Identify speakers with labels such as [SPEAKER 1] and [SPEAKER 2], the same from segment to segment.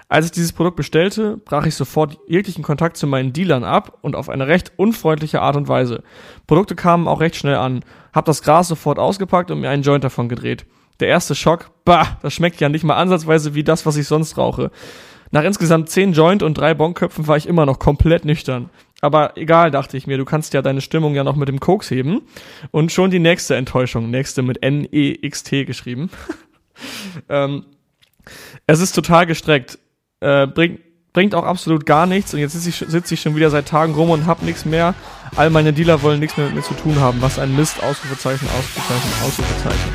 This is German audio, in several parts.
[SPEAKER 1] Als ich dieses Produkt bestellte, brach ich sofort jeglichen Kontakt zu meinen Dealern ab und auf eine recht unfreundliche Art und Weise. Produkte kamen auch recht schnell an. Hab das Gras sofort ausgepackt und mir einen Joint davon gedreht. Der erste Schock, das schmeckt ja nicht mal ansatzweise wie das, was ich sonst rauche. Nach insgesamt 10 Joint und 3 Bonköpfen war ich immer noch komplett nüchtern. Aber egal, dachte ich mir, du kannst ja deine Stimmung ja noch mit dem Koks heben. Und schon die nächste Enttäuschung, nächste mit N-E-X-T geschrieben. Es ist total gestreckt. Bringt auch absolut gar nichts und jetzt sitze ich schon wieder seit Tagen rum und hab nichts mehr. All meine Dealer wollen nichts mehr mit mir zu tun haben. Was ein Mist, Ausrufezeichen, Ausrufezeichen, Ausrufezeichen.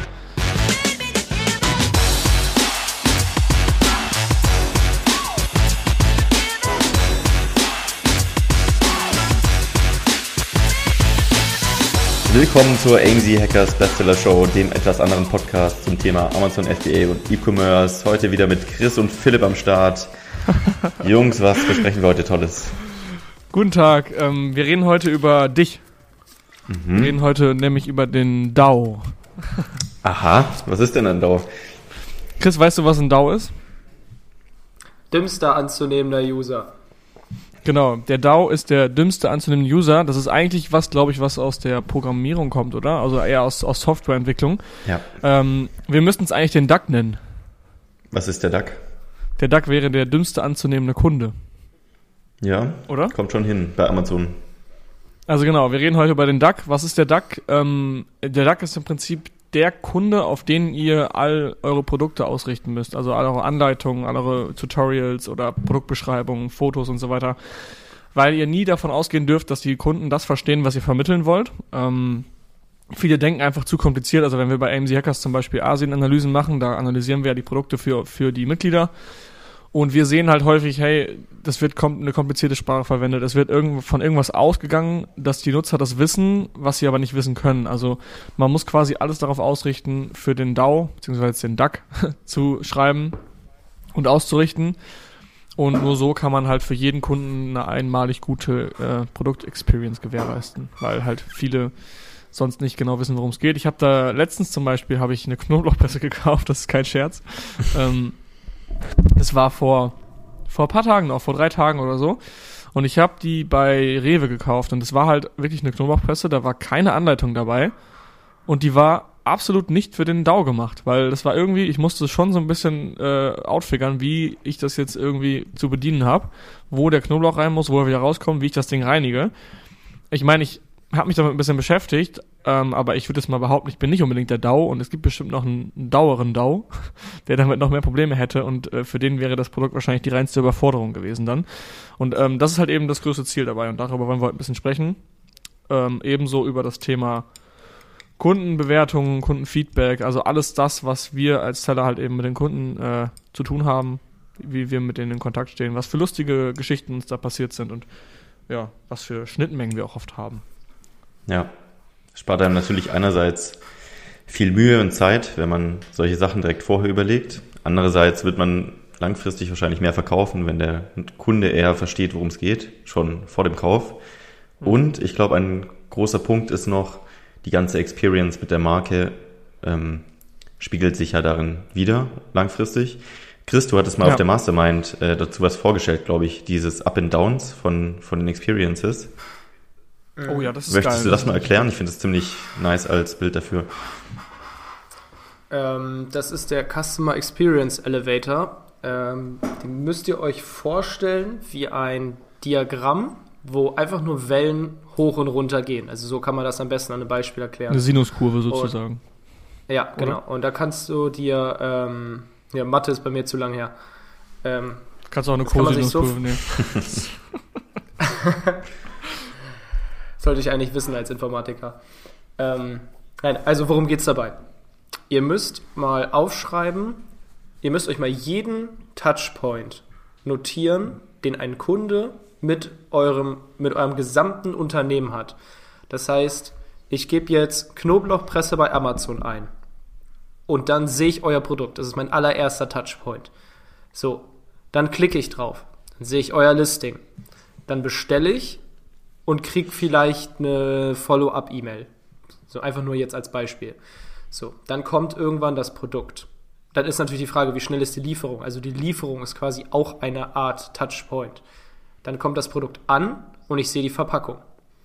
[SPEAKER 2] Willkommen zur AMZ Hackers Bestseller Show, dem etwas anderen Podcast zum Thema Amazon FBA und E-Commerce. Heute wieder mit Chris und Philipp am Start. Jungs, was besprechen wir heute Tolles?
[SPEAKER 1] Guten Tag, wir reden heute über dich. Wir reden heute nämlich über den DAO.
[SPEAKER 2] Aha, was ist denn ein DAO?
[SPEAKER 1] Chris, weißt du, was ein DAO ist?
[SPEAKER 3] Dümmster anzunehmender User.
[SPEAKER 1] Genau, der DAO ist der dümmste anzunehmende User. Das ist eigentlich was, glaube ich, was aus der Programmierung kommt, oder? Also eher aus Softwareentwicklung.
[SPEAKER 2] Ja.
[SPEAKER 1] Wir müssten es eigentlich den DAC nennen.
[SPEAKER 2] Was ist der DAC? Der
[SPEAKER 1] DAC wäre der dümmste anzunehmende Kunde.
[SPEAKER 2] Ja,
[SPEAKER 1] oder?
[SPEAKER 2] Kommt schon hin bei Amazon.
[SPEAKER 1] Also genau, wir reden heute über den DAC. Was ist der DAC? Der DAC ist im Prinzip der Kunde, auf den ihr all eure Produkte ausrichten müsst. Also all eure Anleitungen, all eure Tutorials oder Produktbeschreibungen, Fotos und so weiter. Weil ihr nie davon ausgehen dürft, dass die Kunden das verstehen, was ihr vermitteln wollt. Viele denken einfach zu kompliziert. Also wenn wir bei AMZ Hackers zum Beispiel Asien-Analysen machen, da analysieren wir ja die Produkte für die Mitglieder. Und wir sehen halt häufig, hey, das wird eine komplizierte Sprache verwendet. Es wird von irgendwas ausgegangen, dass die Nutzer das wissen, was sie aber nicht wissen können. Also man muss quasi alles darauf ausrichten, für den DAO, beziehungsweise den DAC, zu schreiben und auszurichten. Und nur so kann man halt für jeden Kunden eine einmalig gute Produktexperience gewährleisten, weil halt viele sonst nicht genau wissen, worum es geht. Ich habe da letztens zum Beispiel eine Knoblauchpresse gekauft, das ist kein Scherz. Das war vor ein paar Tagen noch, vor 3 Tagen oder so. Und ich habe die bei Rewe gekauft und es war halt wirklich eine Knoblauchpresse, da war keine Anleitung dabei und die war absolut nicht für den DAO gemacht, weil das war irgendwie, ich musste schon so ein bisschen outfigern, wie ich das jetzt irgendwie zu bedienen habe, wo der Knoblauch rein muss, wo er wieder rauskommt, wie ich das Ding reinige. Ich meine, ich habe mich damit ein bisschen beschäftigt, aber ich würde jetzt mal behaupten, ich bin nicht unbedingt der DAO und es gibt bestimmt noch einen daueren DAO, der damit noch mehr Probleme hätte und für den wäre das Produkt wahrscheinlich die reinste Überforderung gewesen dann. Und das ist halt eben das größte Ziel dabei und darüber wollen wir heute ein bisschen sprechen. Ebenso über das Thema Kundenbewertungen, Kundenfeedback, also alles das, was wir als Seller halt eben mit den Kunden zu tun haben, wie wir mit denen in Kontakt stehen, was für lustige Geschichten uns da passiert sind und ja, was für Schnittmengen wir auch oft haben.
[SPEAKER 2] Ja, spart einem natürlich einerseits viel Mühe und Zeit, wenn man solche Sachen direkt vorher überlegt. Andererseits wird man langfristig wahrscheinlich mehr verkaufen, wenn der Kunde eher versteht, worum es geht, schon vor dem Kauf. Und ich glaube, ein großer Punkt ist noch, die ganze Experience mit der Marke spiegelt sich ja darin wieder, langfristig. Chris, du hattest mal auf der Mastermind dazu was vorgestellt, glaube ich, dieses Up and Downs von den Experiences.
[SPEAKER 1] Oh ja, das ist
[SPEAKER 2] Möchtest
[SPEAKER 1] geil.
[SPEAKER 2] du das mal erklären? Ich finde es ziemlich nice als Bild dafür.
[SPEAKER 3] Das ist der Customer Experience Elevator. Den müsst ihr euch vorstellen wie ein Diagramm, wo einfach nur Wellen hoch und runter gehen. Also so kann man das am besten an einem Beispiel erklären.
[SPEAKER 1] Eine Sinuskurve sozusagen.
[SPEAKER 3] Ja, genau. Oder? Und da kannst du dir, Mathe ist bei mir zu lang her.
[SPEAKER 1] Kannst auch eine Cosinuskurve nehmen.
[SPEAKER 3] Sollte ich eigentlich wissen als Informatiker. Nein, also worum geht's dabei? Ihr müsst mal aufschreiben, ihr müsst euch mal jeden Touchpoint notieren, den ein Kunde mit eurem gesamten Unternehmen hat. Das heißt, ich gebe jetzt Knoblauchpresse bei Amazon ein und dann sehe ich euer Produkt. Das ist mein allererster Touchpoint. So, dann klicke ich drauf, dann sehe ich euer Listing, dann bestelle ich und krieg vielleicht eine Follow-up-E-Mail. So einfach nur jetzt als Beispiel. So, dann kommt irgendwann das Produkt. dann ist natürlich die Frage, wie schnell ist die Lieferung? Also die Lieferung ist quasi auch eine Art Touchpoint. Dann kommt das Produkt an und ich sehe die Verpackung.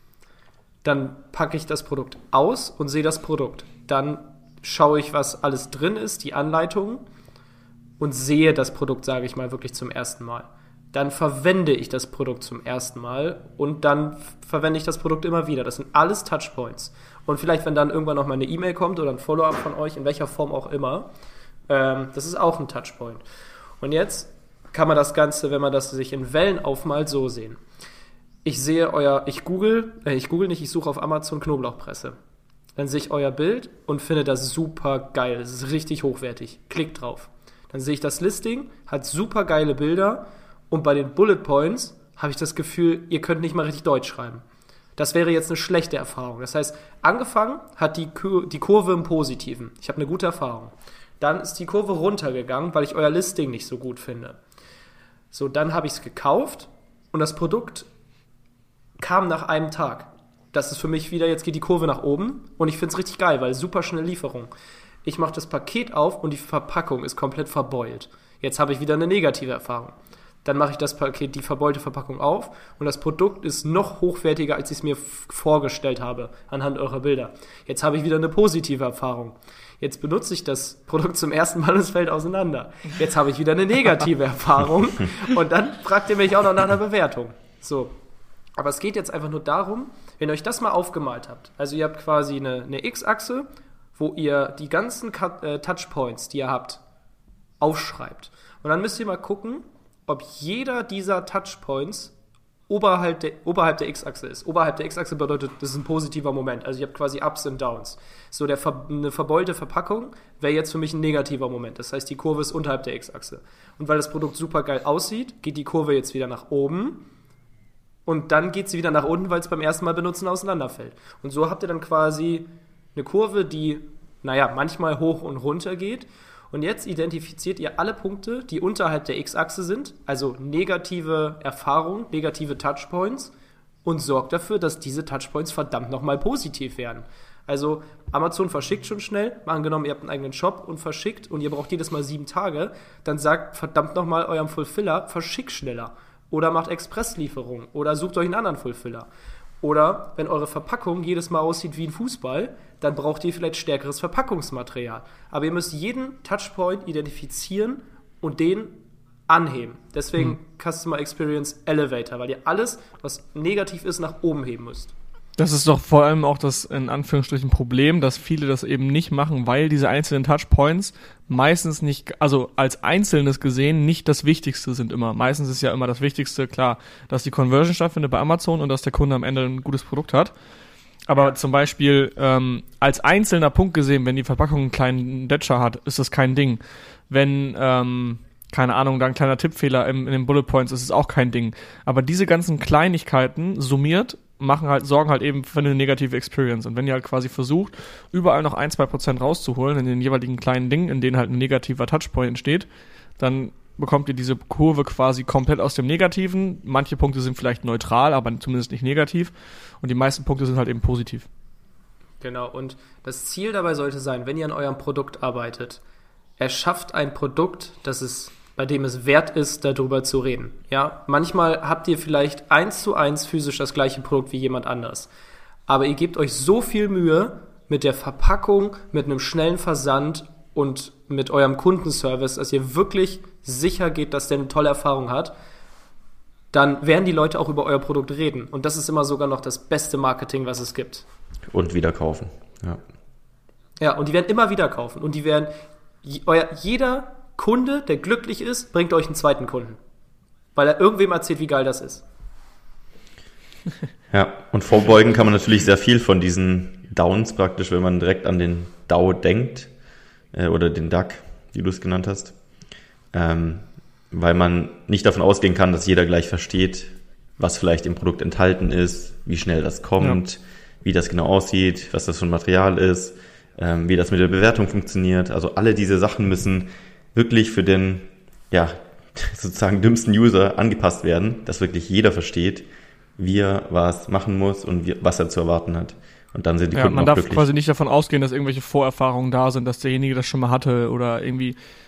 [SPEAKER 3] Dann packe ich das Produkt aus und sehe das Produkt. Dann schaue ich, was alles drin ist, die Anleitungen, und sehe das Produkt, sage ich mal, wirklich zum ersten Mal. Dann verwende ich das Produkt zum ersten Mal und dann verwende ich das Produkt immer wieder. Das sind alles Touchpoints. Und vielleicht, wenn dann irgendwann noch mal eine E-Mail kommt oder ein Follow-up von euch, in welcher Form auch immer, das ist auch ein Touchpoint. Und jetzt kann man das Ganze, wenn man das sich in Wellen aufmalt, so sehen. Ich google nicht, ich suche auf Amazon Knoblauchpresse. Dann sehe ich euer Bild und finde das super geil. Das ist richtig hochwertig. Klickt drauf. Dann sehe ich das Listing, hat super geile Bilder und bei den Bullet Points habe ich das Gefühl, ihr könnt nicht mal richtig Deutsch schreiben. Das wäre jetzt eine schlechte Erfahrung. Das heißt, angefangen hat die Kurve im Positiven. Ich habe eine gute Erfahrung. Dann ist die Kurve runtergegangen, weil ich euer Listing nicht so gut finde. So, dann habe ich es gekauft und das Produkt kam nach einem Tag. Das ist für mich wieder, jetzt geht die Kurve nach oben und ich finde es richtig geil, weil super schnelle Lieferung. Ich mache das Paket auf und die Verpackung ist komplett verbeult. Jetzt habe ich wieder eine negative Erfahrung. Dann mache ich das Paket, die verbeulte Verpackung auf und das Produkt ist noch hochwertiger, als ich es mir vorgestellt habe, anhand eurer Bilder. Jetzt habe ich wieder eine positive Erfahrung. Jetzt benutze ich das Produkt zum ersten Mal und es fällt auseinander. Jetzt habe ich wieder eine negative Erfahrung und dann fragt ihr mich auch noch nach einer Bewertung. So. Aber es geht jetzt einfach nur darum, wenn ihr euch das mal aufgemalt habt, also ihr habt quasi eine X-Achse, wo ihr die ganzen Touchpoints, die ihr habt, aufschreibt. Und dann müsst ihr mal gucken, ob jeder dieser Touchpoints oberhalb der X-Achse ist. Oberhalb der X-Achse bedeutet, das ist ein positiver Moment. Also ihr habt quasi Ups und Downs. So eine verbeulte Verpackung wäre jetzt für mich ein negativer Moment. Das heißt, die Kurve ist unterhalb der X-Achse. Und weil das Produkt super geil aussieht, geht die Kurve jetzt wieder nach oben. Und dann geht sie wieder nach unten, weil es beim ersten Mal benutzen auseinanderfällt. Und so habt ihr dann quasi eine Kurve, die, manchmal hoch und runter geht. Und jetzt identifiziert ihr alle Punkte, die unterhalb der X-Achse sind, also negative Erfahrungen, negative Touchpoints, und sorgt dafür, dass diese Touchpoints verdammt nochmal positiv werden. Also Amazon verschickt schon schnell, mal angenommen, ihr habt einen eigenen Shop und verschickt und ihr braucht jedes Mal 7 Tage, dann sagt verdammt nochmal eurem Fulfiller, verschickt schneller. Oder macht Expresslieferung oder sucht euch einen anderen Fulfiller. Oder wenn eure Verpackung jedes Mal aussieht wie ein Fußball, dann braucht ihr vielleicht stärkeres Verpackungsmaterial. Aber ihr müsst jeden Touchpoint identifizieren und den anheben. Deswegen Customer Experience Elevator, weil ihr alles, was negativ ist, nach oben heben müsst.
[SPEAKER 1] Das ist doch vor allem auch das, in Anführungsstrichen, Problem, dass viele das eben nicht machen, weil diese einzelnen Touchpoints meistens nicht, also als Einzelnes gesehen, nicht das Wichtigste sind immer. Meistens ist ja immer das Wichtigste, klar, dass die Conversion stattfindet bei Amazon und dass der Kunde am Ende ein gutes Produkt hat. Aber zum Beispiel als einzelner Punkt gesehen, wenn die Verpackung einen kleinen Detscher hat, ist das kein Ding. Wenn, keine Ahnung, da ein kleiner Tippfehler in den Bullet Points ist es auch kein Ding. Aber diese ganzen Kleinigkeiten summiert sorgen halt eben für eine negative Experience. Und wenn ihr halt quasi versucht, überall noch 1-2% rauszuholen in den jeweiligen kleinen Dingen, in denen halt ein negativer Touchpoint entsteht, dann bekommt ihr diese Kurve quasi komplett aus dem Negativen. Manche Punkte sind vielleicht neutral, aber zumindest nicht negativ. Und die meisten Punkte sind halt eben positiv.
[SPEAKER 3] Genau, und das Ziel dabei sollte sein, wenn ihr an eurem Produkt arbeitet, erschafft ein Produkt, bei dem es wert ist, darüber zu reden. Ja, manchmal habt ihr vielleicht 1:1 physisch das gleiche Produkt wie jemand anders. Aber ihr gebt euch so viel Mühe mit der Verpackung, mit einem schnellen Versand und mit eurem Kundenservice, dass ihr wirklich sicher geht, dass der eine tolle Erfahrung hat, dann werden die Leute auch über euer Produkt reden. Und das ist immer sogar noch das beste Marketing, was es gibt.
[SPEAKER 2] Und wieder kaufen.
[SPEAKER 3] Ja, und die werden immer wieder kaufen. Und die werden, jeder Kunde, der glücklich ist, bringt euch einen zweiten Kunden. Weil er irgendwem erzählt, wie geil das ist.
[SPEAKER 2] Ja, und vorbeugen kann man natürlich sehr viel von diesen Downs praktisch, wenn man direkt an den DAO denkt, oder den DAC, wie du es genannt hast. Weil man nicht davon ausgehen kann, dass jeder gleich versteht, was vielleicht im Produkt enthalten ist, wie schnell das kommt, wie das genau aussieht, was das für ein Material ist, wie das mit der Bewertung funktioniert. Also alle diese Sachen müssen wirklich für den, sozusagen dümmsten User angepasst werden, dass wirklich jeder versteht, wie er was machen muss und was er zu erwarten hat. Und dann sind die Kunden
[SPEAKER 1] man
[SPEAKER 2] auch
[SPEAKER 1] darf
[SPEAKER 2] glücklich.
[SPEAKER 1] Quasi nicht davon ausgehen, dass irgendwelche Vorerfahrungen da sind, dass derjenige das schon mal hatte oder irgendwie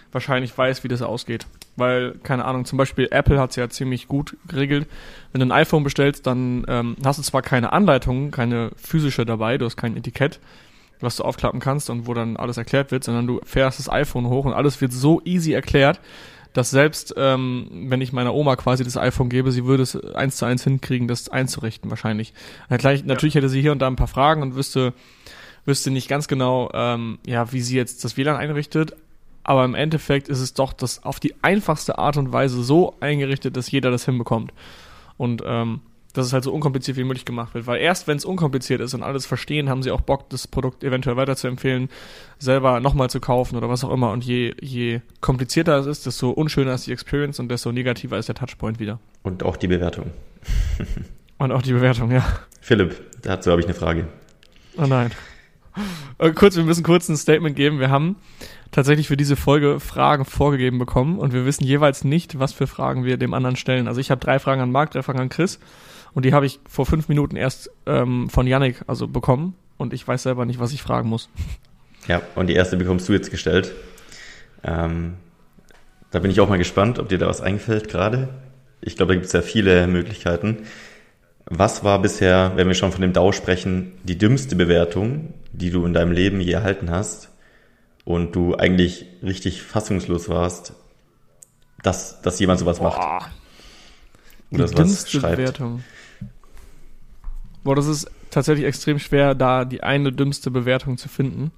[SPEAKER 1] wahrscheinlich weiß, wie das ausgeht. Weil, keine Ahnung, zum Beispiel Apple hat es ja ziemlich gut geregelt. Wenn du ein iPhone bestellst, dann hast du zwar keine Anleitung, keine physische dabei, du hast kein Etikett, was du aufklappen kannst und wo dann alles erklärt wird, sondern du fährst das iPhone hoch und alles wird so easy erklärt, dass selbst, wenn ich meiner Oma quasi das iPhone gebe, sie würde es 1:1 hinkriegen, das einzurichten wahrscheinlich. Natürlich hätte sie hier und da ein paar Fragen und wüsste nicht ganz genau, wie sie jetzt das WLAN einrichtet, aber im Endeffekt ist es doch das auf die einfachste Art und Weise so eingerichtet, dass jeder das hinbekommt. Und dass es halt so unkompliziert wie möglich gemacht wird. Weil erst wenn es unkompliziert ist und alles verstehen, haben sie auch Bock, das Produkt eventuell weiterzuempfehlen, selber nochmal zu kaufen oder was auch immer. Und je komplizierter es ist, desto unschöner ist die Experience und desto negativer ist der Touchpoint wieder.
[SPEAKER 2] Und auch die Bewertung.
[SPEAKER 1] Und auch die Bewertung, ja.
[SPEAKER 2] Philipp, dazu habe ich eine Frage.
[SPEAKER 1] Oh nein. Wir müssen kurz ein Statement geben. Wir haben tatsächlich für diese Folge Fragen vorgegeben bekommen und wir wissen jeweils nicht, was für Fragen wir dem anderen stellen. Also ich habe 3 Fragen an Marc, 3 Fragen an Chris und die habe ich vor 5 Minuten erst von Yannick bekommen und ich weiß selber nicht, was ich fragen muss.
[SPEAKER 2] Ja, und die erste bekommst du jetzt gestellt. Da bin ich auch mal gespannt, ob dir da was einfällt gerade. Ich glaube, da gibt es ja viele Möglichkeiten. Was war bisher, wenn wir schon von dem DAO sprechen, die dümmste Bewertung, die du in deinem Leben je erhalten hast und du eigentlich richtig fassungslos warst, dass jemand sowas macht?
[SPEAKER 1] Oder die dümmste Bewertung. Boah, das ist tatsächlich extrem schwer, da die eine dümmste Bewertung zu finden.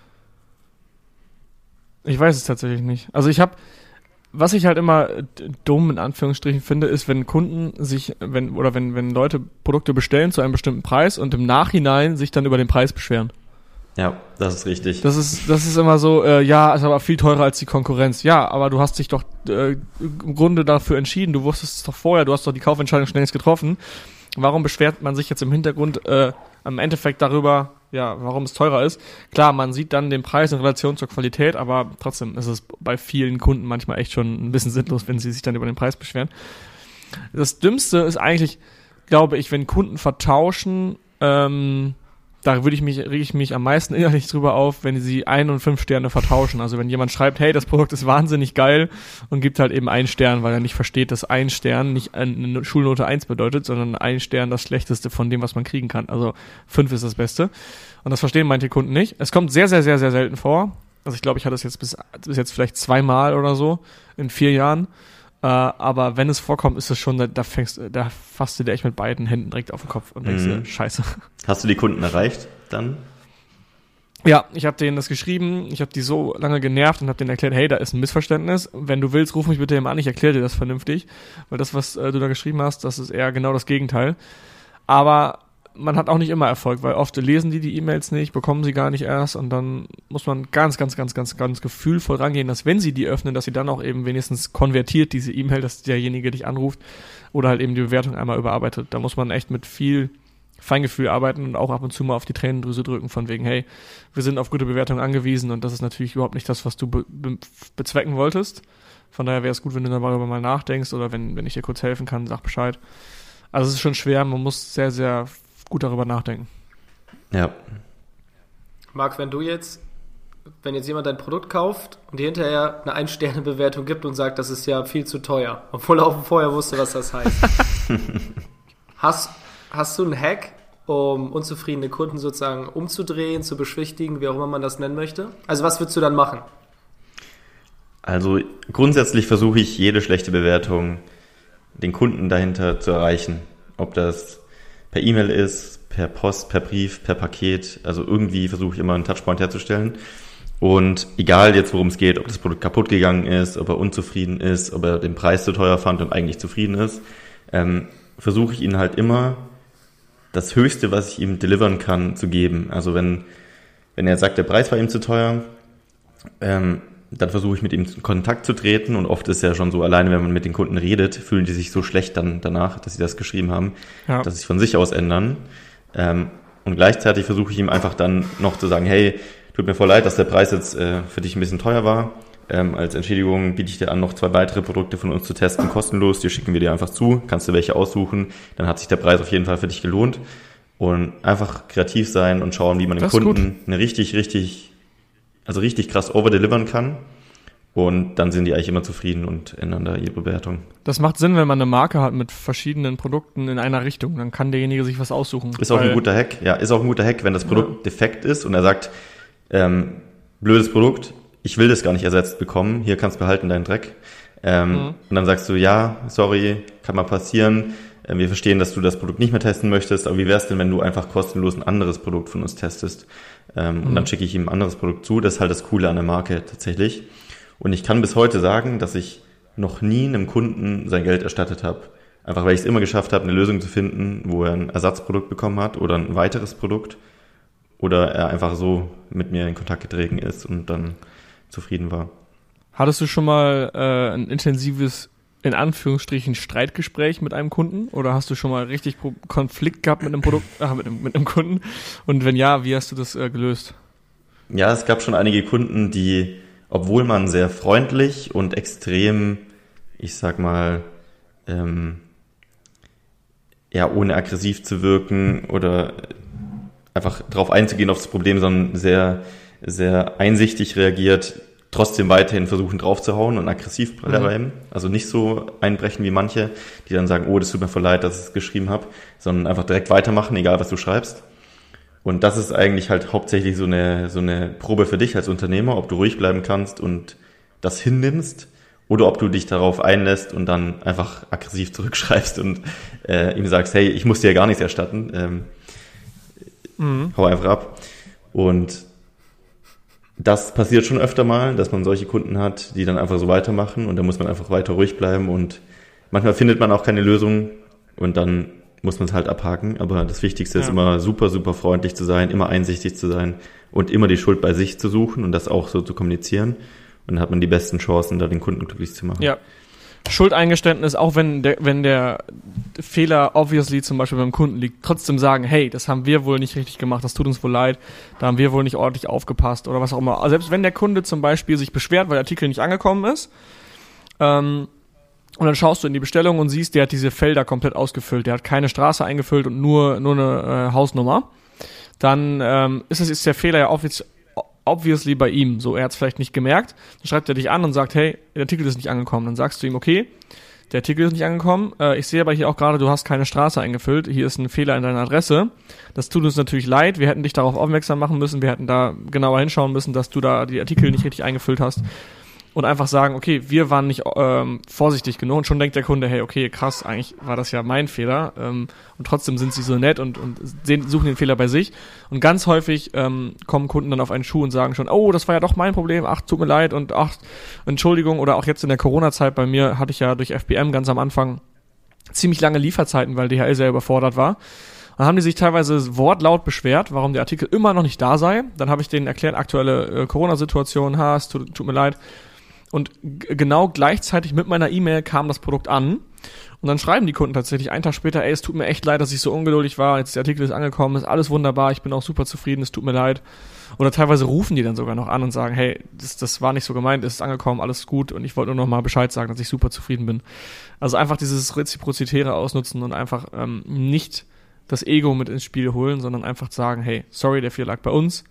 [SPEAKER 1] Ich weiß es tatsächlich nicht. Also was ich halt immer dumm in Anführungsstrichen finde, ist, wenn Kunden wenn Leute Produkte bestellen zu einem bestimmten Preis und im Nachhinein sich dann über den Preis beschweren.
[SPEAKER 2] Ja, das ist richtig.
[SPEAKER 1] Das ist immer so, ist aber viel teurer als die Konkurrenz. Ja, aber du hast dich doch im Grunde dafür entschieden, du wusstest es doch vorher, du hast doch die Kaufentscheidung schon längst getroffen. Warum beschwert man sich jetzt im Hintergrund am Endeffekt darüber, warum es teurer ist? Klar, man sieht dann den Preis in Relation zur Qualität, aber trotzdem ist es bei vielen Kunden manchmal echt schon ein bisschen sinnlos, wenn sie sich dann über den Preis beschweren. Das Dümmste ist eigentlich, glaube ich, wenn Kunden vertauschen, da rege ich mich am meisten innerlich drüber auf, wenn sie 1 und 5 Sterne vertauschen. Also wenn jemand schreibt, hey, das Produkt ist wahnsinnig geil und gibt halt eben 1 Stern, weil er nicht versteht, dass 1 Stern nicht eine Schulnote 1 bedeutet, sondern 1 Stern das Schlechteste von dem, was man kriegen kann. Also 5 ist das Beste. Und das verstehen manche Kunden nicht. Es kommt sehr, sehr, sehr, sehr selten vor. Also ich glaube, ich hatte es jetzt bis jetzt vielleicht 2-mal oder so in 4 Jahren. Aber wenn es vorkommt, ist es schon, da fasst du dir echt mit beiden Händen direkt auf den Kopf und denkst dir, scheiße.
[SPEAKER 2] Hast du die Kunden erreicht dann?
[SPEAKER 1] Ja, ich habe denen das geschrieben, ich habe die so lange genervt und habe denen erklärt, hey, da ist ein Missverständnis. Wenn du willst, ruf mich bitte eben an, ich erkläre dir das vernünftig. Weil das, was du da geschrieben hast, das ist eher genau das Gegenteil. Aber man hat auch nicht immer Erfolg, weil oft lesen die E-Mails nicht, bekommen sie gar nicht erst und dann muss man ganz, ganz, ganz, ganz, ganz gefühlvoll rangehen, dass wenn sie die öffnen, dass sie dann auch eben wenigstens konvertiert, diese E-Mail, dass derjenige dich anruft oder halt eben die Bewertung einmal überarbeitet. Da muss man echt mit viel Feingefühl arbeiten und auch ab und zu mal auf die Tränendrüse drücken von wegen, hey, wir sind auf gute Bewertungen angewiesen und das ist natürlich überhaupt nicht das, was du bezwecken wolltest. Von daher wäre es gut, wenn du darüber mal nachdenkst oder wenn ich dir kurz helfen kann, sag Bescheid. Also es ist schon schwer, man muss sehr, sehr gut darüber nachdenken.
[SPEAKER 3] Ja. Marc, wenn jetzt jemand dein Produkt kauft und dir hinterher eine 1-Sterne-Bewertung gibt und sagt, das ist ja viel zu teuer, obwohl er auch vorher wusste, was das heißt. Hast du einen Hack, um unzufriedene Kunden sozusagen umzudrehen, zu beschwichtigen, wie auch immer man das nennen möchte? Also was würdest du dann machen?
[SPEAKER 2] Also grundsätzlich versuche ich, jede schlechte Bewertung den Kunden dahinter zu erreichen. Ob das per E-Mail ist, per Post, per Brief, per Paket. Also irgendwie versuche ich immer einen Touchpoint herzustellen. Und egal jetzt, worum es geht, ob das Produkt kaputt gegangen ist, ob er unzufrieden ist, ob er den Preis zu teuer fand und eigentlich zufrieden ist, versuche ich ihnen halt immer das Höchste, was ich ihm delivern kann, zu geben. Also wenn er sagt, der Preis war ihm zu teuer, dann versuche ich mit ihm in Kontakt zu treten und oft ist ja schon so, alleine wenn man mit den Kunden redet, fühlen die sich so schlecht dann danach, dass sie das geschrieben haben, dass sie sich von sich aus ändern. Und gleichzeitig versuche ich ihm einfach dann noch zu sagen, hey, tut mir voll leid, dass der Preis jetzt für dich ein bisschen teuer war. Als Entschädigung biete ich dir an, noch 2 weitere Produkte von uns zu testen, kostenlos. Die schicken wir dir einfach zu, kannst du welche aussuchen. Dann hat sich der Preis auf jeden Fall für dich gelohnt. Und einfach kreativ sein und schauen, wie man dem Kunden eine richtig krass overdelivern kann. Und dann sind die eigentlich immer zufrieden und ändern da ihre Bewertung.
[SPEAKER 1] Das macht Sinn, wenn man eine Marke hat mit verschiedenen Produkten in einer Richtung. Dann kann derjenige sich was aussuchen.
[SPEAKER 2] Ist auch ein guter Hack. Ja, ist auch ein guter Hack, wenn das Produkt defekt ist und er sagt, blödes Produkt, ich will das gar nicht ersetzt bekommen, hier kannst du behalten, deinen Dreck. Und dann sagst du, ja, sorry, kann mal passieren. Wir verstehen, dass du das Produkt nicht mehr testen möchtest, aber wie wär's denn, wenn du einfach kostenlos ein anderes Produkt von uns testest? Und dann schicke ich ihm ein anderes Produkt zu. Das ist halt das Coole an der Marke tatsächlich. Und ich kann bis heute sagen, dass ich noch nie einem Kunden sein Geld erstattet habe. Einfach weil ich es immer geschafft habe, eine Lösung zu finden, wo er ein Ersatzprodukt bekommen hat oder ein weiteres Produkt. Oder er einfach so mit mir in Kontakt getreten ist und dann zufrieden war.
[SPEAKER 1] Hattest du schon mal ein intensives, in Anführungsstrichen, Streitgespräch mit einem Kunden? Oder hast du schon mal richtig Konflikt gehabt mit einem Produkt, mit einem Kunden? Und wenn ja, wie hast du das gelöst?
[SPEAKER 2] Ja, es gab schon einige Kunden, die, obwohl man sehr freundlich und extrem, ich sag mal, ohne aggressiv zu wirken oder einfach drauf einzugehen auf das Problem, sondern sehr, sehr einsichtig reagiert, trotzdem weiterhin versuchen draufzuhauen und aggressiv bleiben. Also nicht so einbrechen wie manche, die dann sagen, oh, das tut mir voll leid, dass ich es geschrieben habe, sondern einfach direkt weitermachen, egal was du schreibst. Und das ist eigentlich halt hauptsächlich so eine Probe für dich als Unternehmer, ob du ruhig bleiben kannst und das hinnimmst oder ob du dich darauf einlässt und dann einfach aggressiv zurückschreibst und ihm sagst, hey, ich muss dir ja gar nichts erstatten, hau einfach ab. Und das passiert schon öfter mal, dass man solche Kunden hat, die dann einfach so weitermachen und da muss man einfach weiter ruhig bleiben und manchmal findet man auch keine Lösung und dann muss man es halt abhaken, aber das Wichtigste ist immer super, super freundlich zu sein, immer einsichtig zu sein und immer die Schuld bei sich zu suchen und das auch so zu kommunizieren und dann hat man die besten Chancen, da den Kunden glücklich zu machen.
[SPEAKER 1] Ja. Schuldeingeständnis, auch wenn der Fehler obviously zum Beispiel beim Kunden liegt, trotzdem sagen, hey, das haben wir wohl nicht richtig gemacht, das tut uns wohl leid, da haben wir wohl nicht ordentlich aufgepasst oder was auch immer. Also selbst wenn der Kunde zum Beispiel sich beschwert, weil der Artikel nicht angekommen ist, und dann schaust du in die Bestellung und siehst, der hat diese Felder komplett ausgefüllt, der hat keine Straße eingefüllt und nur eine Hausnummer, dann ist der Fehler ja obviously bei ihm. So, er hat es vielleicht nicht gemerkt. Dann schreibt er dich an und sagt, hey, der Artikel ist nicht angekommen. Dann sagst du ihm, okay, der Artikel ist nicht angekommen. Ich sehe aber hier auch gerade, du hast keine Straße eingefüllt. Hier ist ein Fehler in deiner Adresse. Das tut uns natürlich leid. Wir hätten dich darauf aufmerksam machen müssen. Wir hätten da genauer hinschauen müssen, dass du da die Artikel nicht richtig eingefüllt hast. Und einfach sagen, okay, wir waren nicht vorsichtig genug. Und schon denkt der Kunde, hey, okay, krass, eigentlich war das ja mein Fehler. Und trotzdem sind sie so nett und suchen den Fehler bei sich. Und ganz häufig kommen Kunden dann auf einen Schuh und sagen schon, oh, das war ja doch mein Problem, ach, tut mir leid und ach, Entschuldigung. Oder auch jetzt in der Corona-Zeit bei mir hatte ich ja durch FBM ganz am Anfang ziemlich lange Lieferzeiten, weil DHL sehr überfordert war. Dann haben die sich teilweise wortlaut beschwert, warum der Artikel immer noch nicht da sei. Dann habe ich denen erklärt, aktuelle Corona-Situation, es tut mir leid. Und genau gleichzeitig mit meiner E-Mail kam das Produkt an. Und dann schreiben die Kunden tatsächlich einen Tag später, ey, es tut mir echt leid, dass ich so ungeduldig war. Jetzt der Artikel ist angekommen, ist alles wunderbar, ich bin auch super zufrieden, es tut mir leid. Oder teilweise rufen die dann sogar noch an und sagen, hey, das war nicht so gemeint, es ist angekommen, alles gut. Und ich wollte nur noch mal Bescheid sagen, dass ich super zufrieden bin. Also einfach dieses Reziprozitäre ausnutzen und einfach nicht das Ego mit ins Spiel holen, sondern einfach sagen, hey, sorry, der Fehler lag bei uns.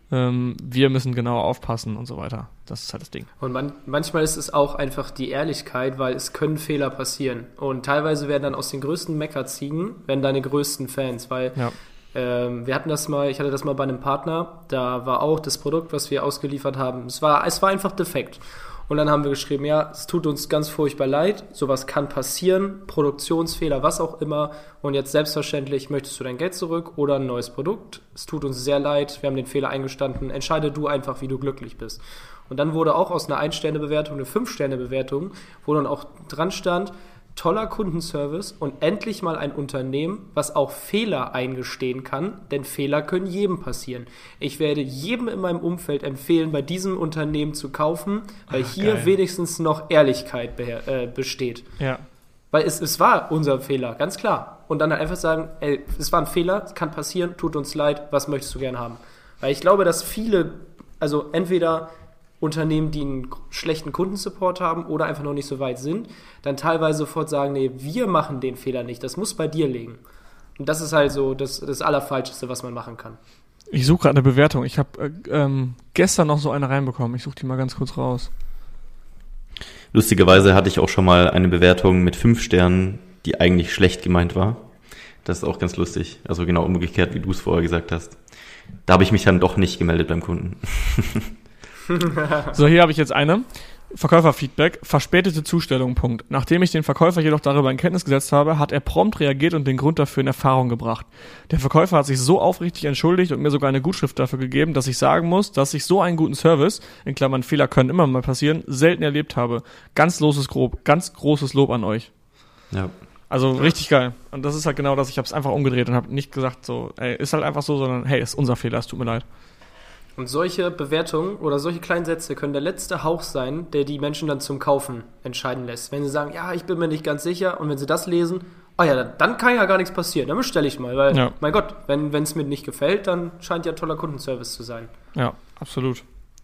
[SPEAKER 1] Wir müssen genauer aufpassen und so weiter. Das ist halt das Ding.
[SPEAKER 3] Und manchmal ist es auch einfach die Ehrlichkeit, weil es können Fehler passieren. Und teilweise werden dann aus den größten Meckerziegen werden deine größten Fans, weil ich hatte das mal bei einem Partner, da war auch das Produkt, was wir ausgeliefert haben, es war einfach defekt. Und dann haben wir geschrieben, ja, es tut uns ganz furchtbar leid, sowas kann passieren, Produktionsfehler, was auch immer. Und jetzt selbstverständlich, möchtest du dein Geld zurück oder ein neues Produkt? Es tut uns sehr leid, wir haben den Fehler eingestanden, entscheide du einfach, wie du glücklich bist. Und dann wurde auch aus einer 1-Sterne-Bewertung eine 5-Sterne-Bewertung, wo dann auch dran stand, toller Kundenservice und endlich mal ein Unternehmen, was auch Fehler eingestehen kann, denn Fehler können jedem passieren. Ich werde jedem in meinem Umfeld empfehlen, bei diesem Unternehmen zu kaufen, weil hier geil. Wenigstens noch Ehrlichkeit besteht.
[SPEAKER 1] Ja.
[SPEAKER 3] Weil es war unser Fehler, ganz klar. Und dann halt einfach sagen, ey, es war ein Fehler, es kann passieren, tut uns leid, was möchtest du gern haben? Weil ich glaube, dass viele, also entweder Unternehmen, die einen schlechten Kundensupport haben oder einfach noch nicht so weit sind, dann teilweise sofort sagen, nee, wir machen den Fehler nicht, das muss bei dir liegen. Und das ist halt so das Allerfalscheste, was man machen kann.
[SPEAKER 1] Ich suche gerade eine Bewertung. Ich habe gestern noch so eine reinbekommen. Ich suche die mal ganz kurz raus.
[SPEAKER 2] Lustigerweise hatte ich auch schon mal eine Bewertung mit 5 Sternen, die eigentlich schlecht gemeint war. Das ist auch ganz lustig. Also genau umgekehrt, wie du es vorher gesagt hast. Da habe ich mich dann doch nicht gemeldet beim Kunden.
[SPEAKER 1] So, hier habe ich jetzt eine. Verkäuferfeedback, verspätete Zustellung, Punkt. Nachdem ich den Verkäufer jedoch darüber in Kenntnis gesetzt habe, hat er prompt reagiert und den Grund dafür in Erfahrung gebracht. Der Verkäufer hat sich so aufrichtig entschuldigt und mir sogar eine Gutschrift dafür gegeben, dass ich sagen muss, dass ich so einen guten Service, in Klammern Fehler können immer mal passieren, selten erlebt habe. Ganz großes Lob an euch.
[SPEAKER 2] Ja.
[SPEAKER 1] Also richtig geil. Und das ist halt genau das, ich habe es einfach umgedreht und habe nicht gesagt so, ey, ist halt einfach so, sondern hey, ist unser Fehler, es tut mir leid.
[SPEAKER 3] Und solche Bewertungen oder solche kleinen Sätze können der letzte Hauch sein, der die Menschen dann zum Kaufen entscheiden lässt. Wenn sie sagen, ja, ich bin mir nicht ganz sicher, und wenn sie das lesen, oh ja, dann kann ja gar nichts passieren, dann bestelle ich mal, weil,
[SPEAKER 1] Ja.
[SPEAKER 3] mein Gott, wenn es mir nicht gefällt, dann scheint ja toller Kundenservice zu sein.
[SPEAKER 1] Ja, absolut.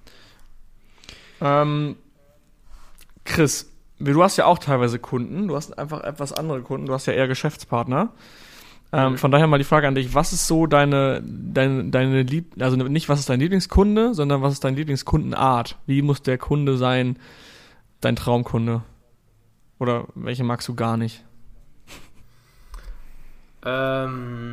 [SPEAKER 1] Chris, du hast ja auch teilweise Kunden, du hast einfach etwas andere Kunden, du hast ja eher Geschäftspartner. Von daher mal die Frage an dich, was ist so deine also nicht was ist dein Lieblingskunde, sondern was ist deine Lieblingskundenart? Wie muss der Kunde sein, dein Traumkunde? Oder welche magst du gar nicht?
[SPEAKER 3] Das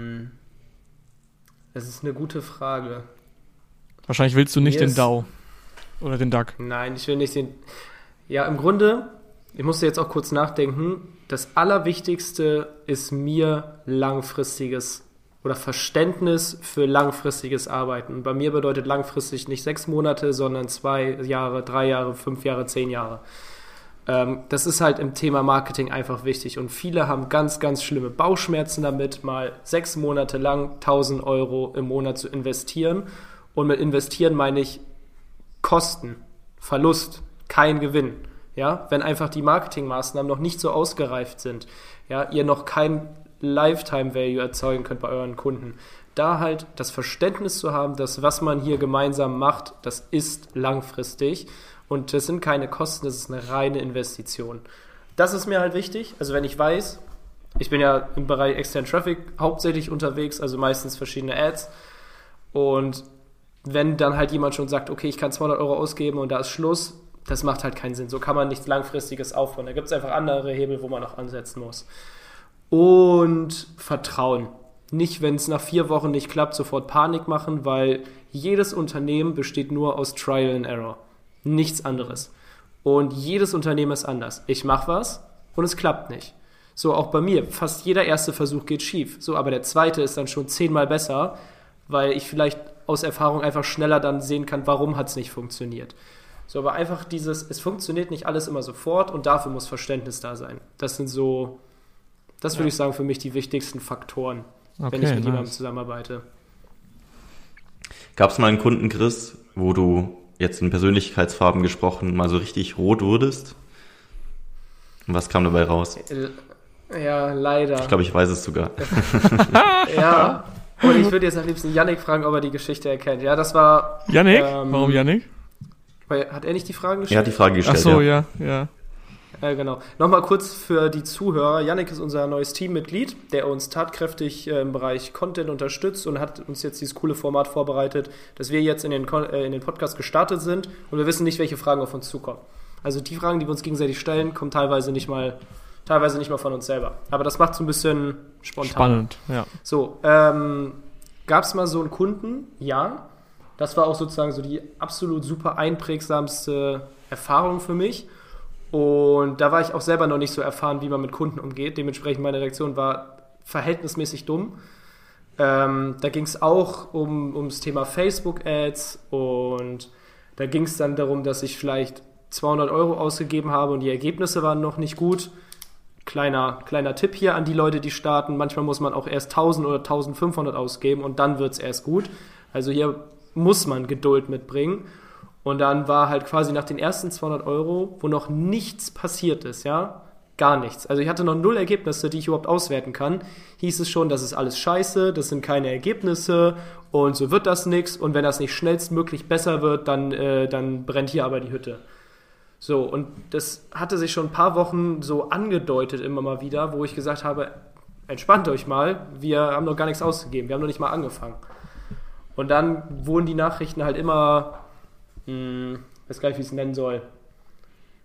[SPEAKER 3] ist eine gute Frage.
[SPEAKER 1] Wahrscheinlich willst du nicht
[SPEAKER 3] Mir
[SPEAKER 1] den
[SPEAKER 3] ist-
[SPEAKER 1] DAO oder den DAC.
[SPEAKER 3] Nein, ich will nicht den... Ja, im Grunde, ich musste jetzt auch kurz nachdenken, das Allerwichtigste ist mir langfristiges oder Verständnis für langfristiges Arbeiten. Bei mir bedeutet langfristig nicht 6 Monate, sondern 2 Jahre, 3 Jahre, 5 Jahre, 10 Jahre. Das ist halt im Thema Marketing einfach wichtig und viele haben ganz, ganz schlimme Bauchschmerzen damit, mal 6 Monate lang 1.000 Euro im Monat zu investieren. Und mit investieren meine ich Kosten, Verlust, kein Gewinn. Ja, wenn einfach die Marketingmaßnahmen noch nicht so ausgereift sind, ja, ihr noch kein Lifetime-Value erzeugen könnt bei euren Kunden, da halt das Verständnis zu haben, dass was man hier gemeinsam macht, das ist langfristig und das sind keine Kosten, das ist eine reine Investition. Das ist mir halt wichtig, also wenn ich weiß, ich bin ja im Bereich External Traffic hauptsächlich unterwegs, also meistens verschiedene Ads und wenn dann halt jemand schon sagt, okay, ich kann 200 Euro ausgeben und da ist Schluss, das macht halt keinen Sinn. So kann man nichts Langfristiges aufbauen. Da gibt es einfach andere Hebel, wo man noch ansetzen muss. Und Vertrauen. Nicht, wenn es nach 4 Wochen nicht klappt, sofort Panik machen, weil jedes Unternehmen besteht nur aus Trial and Error. Nichts anderes. Und jedes Unternehmen ist anders. Ich mache was und es klappt nicht. So auch bei mir. Fast jeder erste Versuch geht schief. So, aber der zweite ist dann schon 10-mal besser, weil ich vielleicht aus Erfahrung einfach schneller dann sehen kann, warum hat es nicht funktioniert. So, aber einfach es funktioniert nicht alles immer sofort und dafür muss Verständnis da sein. Das sind so, das würde ich sagen, für mich die wichtigsten Faktoren, wenn ich mit jemandem zusammenarbeite.
[SPEAKER 2] Gab es mal einen Kunden, Chris, wo du jetzt in Persönlichkeitsfarben gesprochen mal so richtig rot wurdest? Und was kam dabei raus?
[SPEAKER 3] Ja, leider.
[SPEAKER 2] Ich glaube, ich weiß es sogar.
[SPEAKER 3] Ja, und ich würde jetzt am liebsten Yannick fragen, ob er die Geschichte erkennt. Ja, das war...
[SPEAKER 1] Yannick? Warum Yannick?
[SPEAKER 3] Weil, hat er nicht die Fragen gestellt?
[SPEAKER 2] Er hat die Frage gestellt,
[SPEAKER 1] Ach so,
[SPEAKER 2] ja.
[SPEAKER 1] ja.
[SPEAKER 3] Genau. Nochmal kurz für die Zuhörer. Yannick ist unser neues Teammitglied, der uns tatkräftig im Bereich Content unterstützt und hat uns jetzt dieses coole Format vorbereitet, dass wir jetzt in den Podcast gestartet sind und wir wissen nicht, welche Fragen auf uns zukommen. Also die Fragen, die wir uns gegenseitig stellen, kommen teilweise nicht mal von uns selber. Aber das macht so ein bisschen spontan.
[SPEAKER 1] Spannend, ja.
[SPEAKER 3] So, gab es mal so einen Kunden? Ja. Das war auch sozusagen so die absolut super einprägsamste Erfahrung für mich. Und da war ich auch selber noch nicht so erfahren, wie man mit Kunden umgeht. Dementsprechend meine Reaktion war verhältnismäßig dumm. Da ging es auch ums Thema Facebook-Ads und da ging es dann darum, dass ich vielleicht 200 Euro ausgegeben habe und die Ergebnisse waren noch nicht gut. Kleiner Tipp hier an die Leute, die starten. Manchmal muss man auch erst 1000 oder 1500 ausgeben und dann wird es erst gut. Also hier muss man Geduld mitbringen. Und dann war halt quasi nach den ersten 200 Euro, wo noch nichts passiert ist, ja, gar nichts. Also ich hatte noch 0 Ergebnisse, die ich überhaupt auswerten kann. Hieß es schon, das ist alles scheiße, das sind keine Ergebnisse und so wird das nichts. Und wenn das nicht schnellstmöglich besser wird, dann brennt hier aber die Hütte. So, und das hatte sich schon ein paar Wochen so angedeutet immer mal wieder, wo ich gesagt habe, entspannt euch mal, wir haben noch gar nichts ausgegeben, wir haben noch nicht mal angefangen. Und dann wurden die Nachrichten halt immer, weiß gar nicht, wie ich es nennen soll,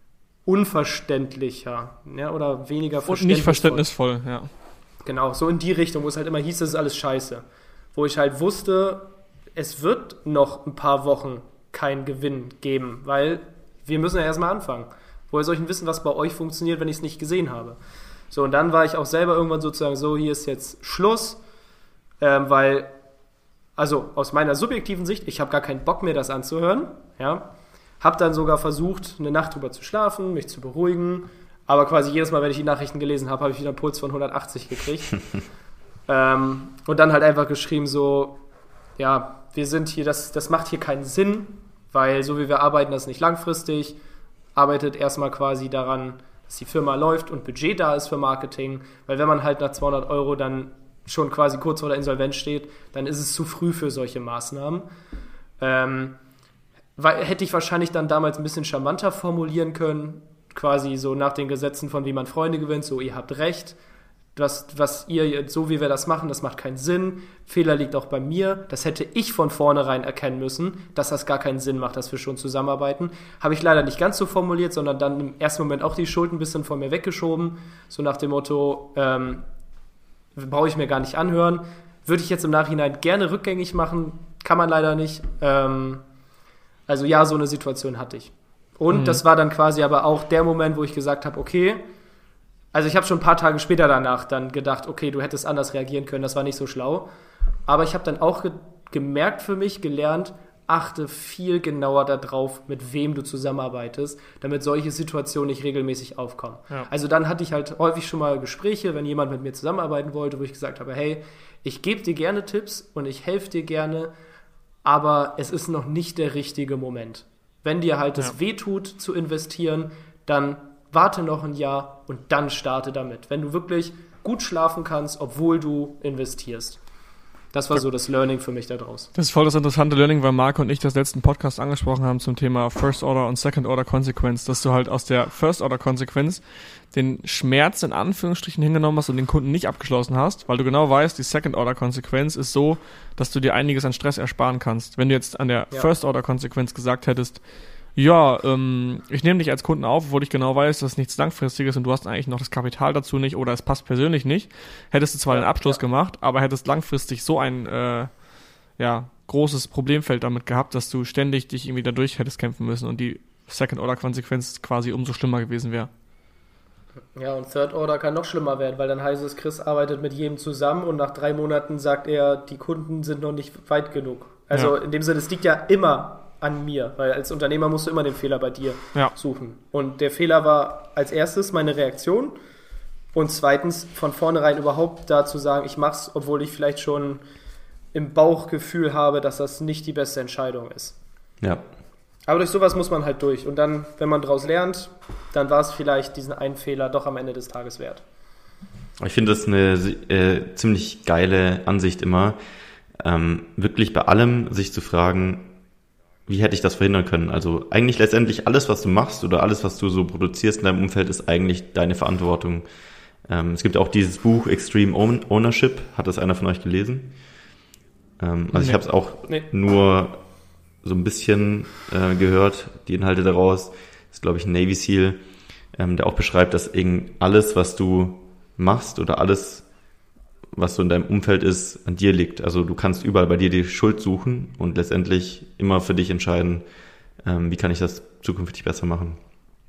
[SPEAKER 3] unverständlicher, ja, oder weniger
[SPEAKER 1] verständnisvoll. Und nicht verständnisvoll, ja.
[SPEAKER 3] Genau, so in die Richtung, wo es halt immer hieß, das ist alles scheiße. Wo ich halt wusste, es wird noch ein paar Wochen keinen Gewinn geben, weil wir müssen ja erstmal anfangen. Woher soll ich denn wissen, was bei euch funktioniert, wenn ich es nicht gesehen habe? So, und dann war ich auch selber irgendwann sozusagen so, hier ist jetzt Schluss, weil, also aus meiner subjektiven Sicht, ich habe gar keinen Bock mehr, das anzuhören, ja. Habe dann sogar versucht, eine Nacht drüber zu schlafen, mich zu beruhigen, aber quasi jedes Mal, wenn ich die Nachrichten gelesen habe, habe ich wieder einen Puls von 180 gekriegt. Und dann halt einfach geschrieben so, ja, wir sind hier, das macht hier keinen Sinn, weil so wie wir arbeiten, das ist nicht langfristig, arbeitet erstmal quasi daran, dass die Firma läuft und Budget da ist für Marketing, weil wenn man halt nach 200 € dann schon quasi kurz vor der Insolvenz steht, dann ist es zu früh für solche Maßnahmen. Hätte ich wahrscheinlich dann damals ein bisschen charmanter formulieren können, quasi so nach den Gesetzen von wie man Freunde gewinnt, so ihr habt recht, was ihr, so wie wir das machen, das macht keinen Sinn, Fehler liegt auch bei mir, das hätte ich von vornherein erkennen müssen, dass das gar keinen Sinn macht, dass wir schon zusammenarbeiten. Habe ich leider nicht ganz so formuliert, sondern dann im ersten Moment auch die Schuld ein bisschen von mir weggeschoben, so nach dem Motto, brauche ich mir gar nicht anhören, würde ich jetzt im Nachhinein gerne rückgängig machen, kann man leider nicht, also ja, so eine Situation hatte ich. Und das war dann quasi aber auch der Moment, wo ich gesagt habe, okay, also ich habe schon ein paar Tage später danach dann gedacht, okay, du hättest anders reagieren können, das war nicht so schlau. Aber ich habe dann auch gemerkt für mich, gelernt, achte viel genauer darauf, mit wem du zusammenarbeitest, damit solche Situationen nicht regelmäßig aufkommen. Ja. Also dann hatte ich halt häufig schon mal Gespräche, wenn jemand mit mir zusammenarbeiten wollte, wo ich gesagt habe, hey, ich gebe dir gerne Tipps und ich helfe dir gerne, aber es ist noch nicht der richtige Moment. Wenn dir halt es wehtut zu investieren, dann warte noch ein Jahr und dann starte damit. Wenn du wirklich gut schlafen kannst, obwohl du investierst. Das war so das Learning für mich da draus.
[SPEAKER 1] Das ist voll das interessante Learning, weil Marco und ich das letzten Podcast angesprochen haben zum Thema First Order und Second Order Consequence, dass du halt aus der First Order Consequence den Schmerz in Anführungsstrichen hingenommen hast und den Kunden nicht abgeschlossen hast, weil du genau weißt, die Second Order Consequence ist so, dass du dir einiges an Stress ersparen kannst. Wenn du jetzt an der First Order Consequence gesagt hättest, ja, ich nehme dich als Kunden auf, obwohl ich genau weiß, dass es nichts Langfristiges und du hast eigentlich noch das Kapital dazu nicht oder es passt persönlich nicht, hättest du zwar den Abschluss gemacht, aber hättest langfristig so ein großes Problemfeld damit gehabt, dass du ständig dich irgendwie dadurch hättest kämpfen müssen und die Second-Order-Konsequenz quasi umso schlimmer gewesen wäre.
[SPEAKER 3] Ja, und Third Order kann noch schlimmer werden, weil dann heißt es, Chris arbeitet mit jedem zusammen und nach 3 Monaten sagt er, die Kunden sind noch nicht weit genug. Also in dem Sinne, es liegt ja immer an mir, weil als Unternehmer musst du immer den Fehler bei dir suchen. Und der Fehler war als erstes meine Reaktion und zweitens von vornherein überhaupt da zu sagen, ich mach's, obwohl ich vielleicht schon im Bauchgefühl habe, dass das nicht die beste Entscheidung ist.
[SPEAKER 2] Ja.
[SPEAKER 3] Aber durch sowas muss man halt durch. Und dann, wenn man daraus lernt, dann war es vielleicht diesen einen Fehler doch am Ende des Tages wert.
[SPEAKER 2] Ich finde das eine ziemlich geile Ansicht immer, wirklich bei allem sich zu fragen, wie hätte ich das verhindern können? Also eigentlich letztendlich alles, was du machst oder alles, was du so produzierst in deinem Umfeld, ist eigentlich deine Verantwortung. Es gibt auch dieses Buch Extreme Ownership. Hat das einer von euch gelesen? Ich habe es auch nur so ein bisschen gehört, die Inhalte daraus. Das ist, glaube ich, ein Navy SEAL, der auch beschreibt, dass alles, was du machst oder alles, was so in deinem Umfeld ist, an dir liegt. Also du kannst überall bei dir die Schuld suchen und letztendlich immer für dich entscheiden, wie kann ich das zukünftig besser machen.